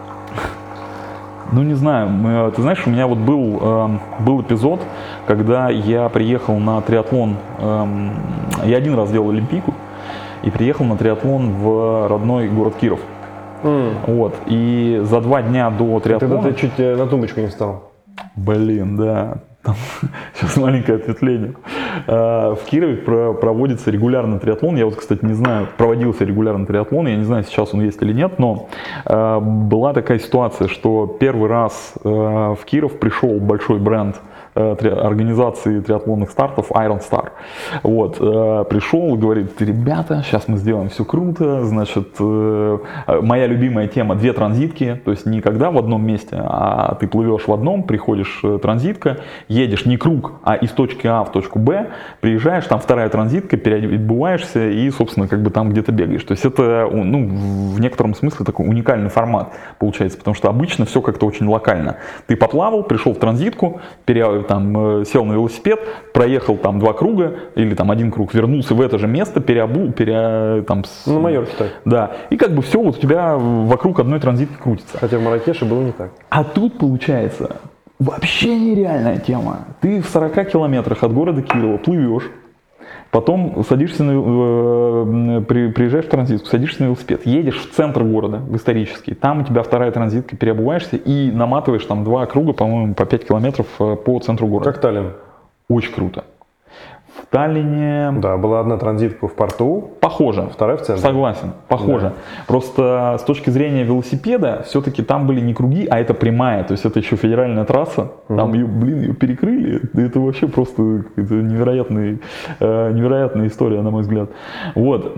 B: Ну, не знаю, ты знаешь, у меня вот был, э, был эпизод, когда я приехал на триатлон, э, я один раз делал Олимпийку, и приехал на триатлон в родной город Киров. Mm. Вот, и за два дня до триатлона...
A: Тогда ты чуть на тумбочку не встал.
B: Блин, да. Там, сейчас маленькое ответвление. В Кирове проводится регулярно триатлон. Я вот, кстати, не знаю, проводился регулярно триатлон. Я не знаю, сейчас он есть или нет, но была такая ситуация, что первый раз в Киров пришел большой бренд организации триатлонных стартов Iron Star. Вот, пришел и говорит: ребята, сейчас мы сделаем все круто, значит, моя любимая тема — две транзитки, то есть не когда в одном месте, а ты плывешь в одном, приходишь транзитка, едешь не круг, а из точки А в точку Б, приезжаешь, там вторая транзитка, переобуваешься и, собственно, как бы там где-то бегаешь. То есть это, ну, в некотором смысле такой уникальный формат получается, потому что обычно все как-то очень локально. Ты поплавал, пришел в транзитку, пере там, сел на велосипед, проехал там два круга или там один круг, вернулся в это же место, переобул, пере, там, с...
A: На Майорке так.
B: Да, и как бы все вот у тебя вокруг одной транзитки крутится.
A: Хотя в Марракеше было не так.
B: А тут получается вообще нереальная тема. Ты в сорока километрах от города Кирова плывешь, потом садишься на, при, приезжаешь в транзитку, садишься на велосипед, едешь в центр города, в исторический, там у тебя вторая транзитка, переобуваешься и наматываешь там два круга, по-моему, по пять километров по центру города.
A: Как Таллин.
B: Очень круто. В Таллине...
A: Да, была одна транзитка в порту.
B: Похоже.
A: Вторая в центре.
B: Согласен, похоже. Да. Просто с точки зрения велосипеда, все-таки там были не круги, а это прямая. То есть это еще федеральная трасса. Mm-hmm. Там ее, блин, ее перекрыли. Это вообще просто это невероятный, э, невероятная история, на мой взгляд. Вот.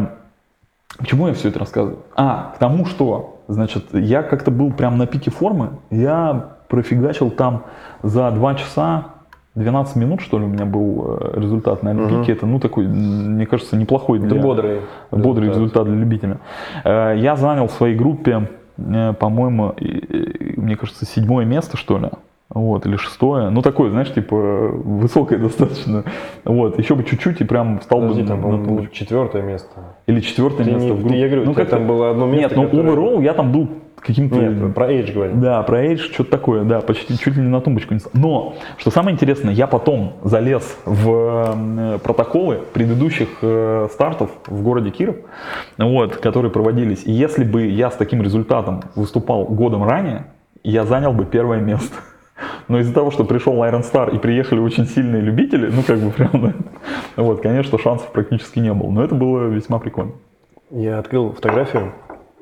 B: К чему я все это рассказываю? А, к тому, что, значит, я как-то был прям на пике формы. Я профигачил там за два часа двенадцать минут, что ли, у меня был результат на Олимпийке. Uh-huh. Это, ну, такой, мне кажется, неплохой для...
A: Это бодрый,
B: бодрый результат. результат для любителя. Я занял в своей группе, по-моему, мне кажется, седьмое место, что ли. Вот, или шестое. Ну, такое, знаешь, типа, высокое достаточно. Вот, еще бы чуть-чуть и прям стал
A: Подожди,
B: бы...
A: там,
B: на,
A: по-моему, четвертое место.
B: Или четвертое
A: ты
B: место
A: не,
B: в группе.
A: Я говорю,
B: ну, как
A: там было одно место,
B: Нет, ну,
A: которое...
B: overall я там был каким-то...
A: Нет, про Age говорю.
B: Да, про Age, что-то такое, да, почти чуть ли не на тумбочку не стал. Но, что самое интересное, я потом залез в протоколы предыдущих стартов в городе Киров, вот, которые проводились. И если бы я с таким результатом выступал годом ранее, я занял бы первое место. Но из-за того, что пришел Iron Star и приехали очень сильные любители, ну, как бы прям, вот, конечно, шансов практически не было. Но это было весьма прикольно.
A: Я открыл фотографию.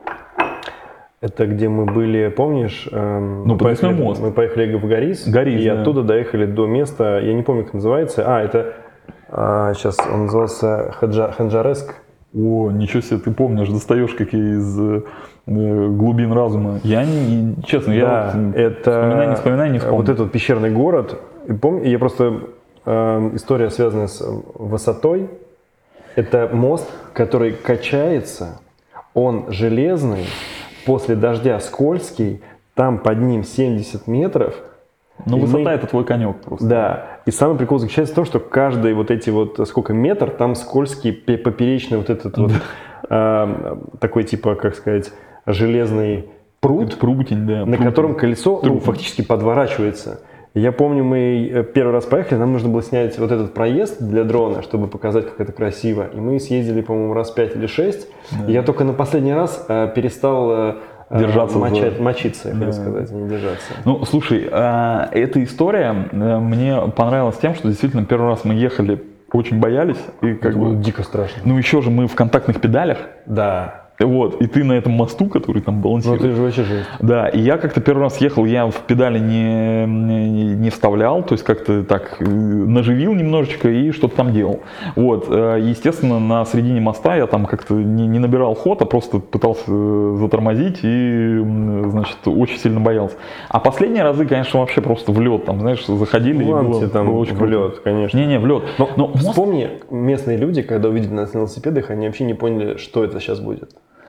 A: Это где мы были, помнишь? Эм,
B: ну,
A: мы, поехали,
B: мост.
A: мы поехали в Горис,
B: Горис,
A: и
B: да.
A: оттуда доехали до места, я не помню, как называется. А, это а, сейчас он назывался Хаджа, Ханджареск.
B: О, ничего себе, ты помнишь, достаешь какие из э, глубин разума. Я не, честно,
A: да,
B: я вот,
A: это
B: вспоминаю, не вспоминаю, не вспомню.
A: Вот этот пещерный город. И помню, я просто э, история, связанная с высотой. Это мост, который качается, он железный. После дождя скользкий, там под ним семьдесят метров.
B: Ну, высота мы... это твой конек просто.
A: Да. И самый прикол заключается в том, что каждый вот эти вот, сколько метр, там скользкий, поперечный вот этот вот, э, такой типа, как сказать, железный пруд,
B: прутень, да,
A: на
B: прутень.
A: котором колесо ну, фактически подворачивается. Я помню, мы первый раз поехали, нам нужно было снять вот этот проезд для дрона, чтобы показать, как это красиво. И мы съездили, по-моему, раз пять или шесть. Да. И я только на последний раз э, перестал э, держаться мочать, за... мочиться, я да. хотел сказать, а не держаться.
B: Ну, слушай, э, эта история э, мне понравилась тем, что действительно первый раз мы ехали, очень боялись. И как
A: это
B: бы,
A: было дико страшно.
B: Ну, еще же мы в контактных педалях.
A: Да.
B: Вот, и ты на этом мосту, который там балансирует.
A: Ну, ты же вообще жесть.
B: Да, и я как-то первый раз ехал, я в педали не, не, не вставлял, то есть как-то так наживил немножечко и что-то там делал. Вот, естественно, на середине моста я там как-то не, не набирал ход, а просто пытался затормозить и, значит, очень сильно боялся. А последние разы, конечно, вообще просто в лед, там, знаешь, заходили.
A: Ну,
B: и было,
A: там
B: было очень
A: в лед, конечно.
B: Не-не, в лед.
A: Но, Но вспомни, мост... местные люди, когда увидели нас на велосипедах, они вообще не поняли, что это сейчас будет.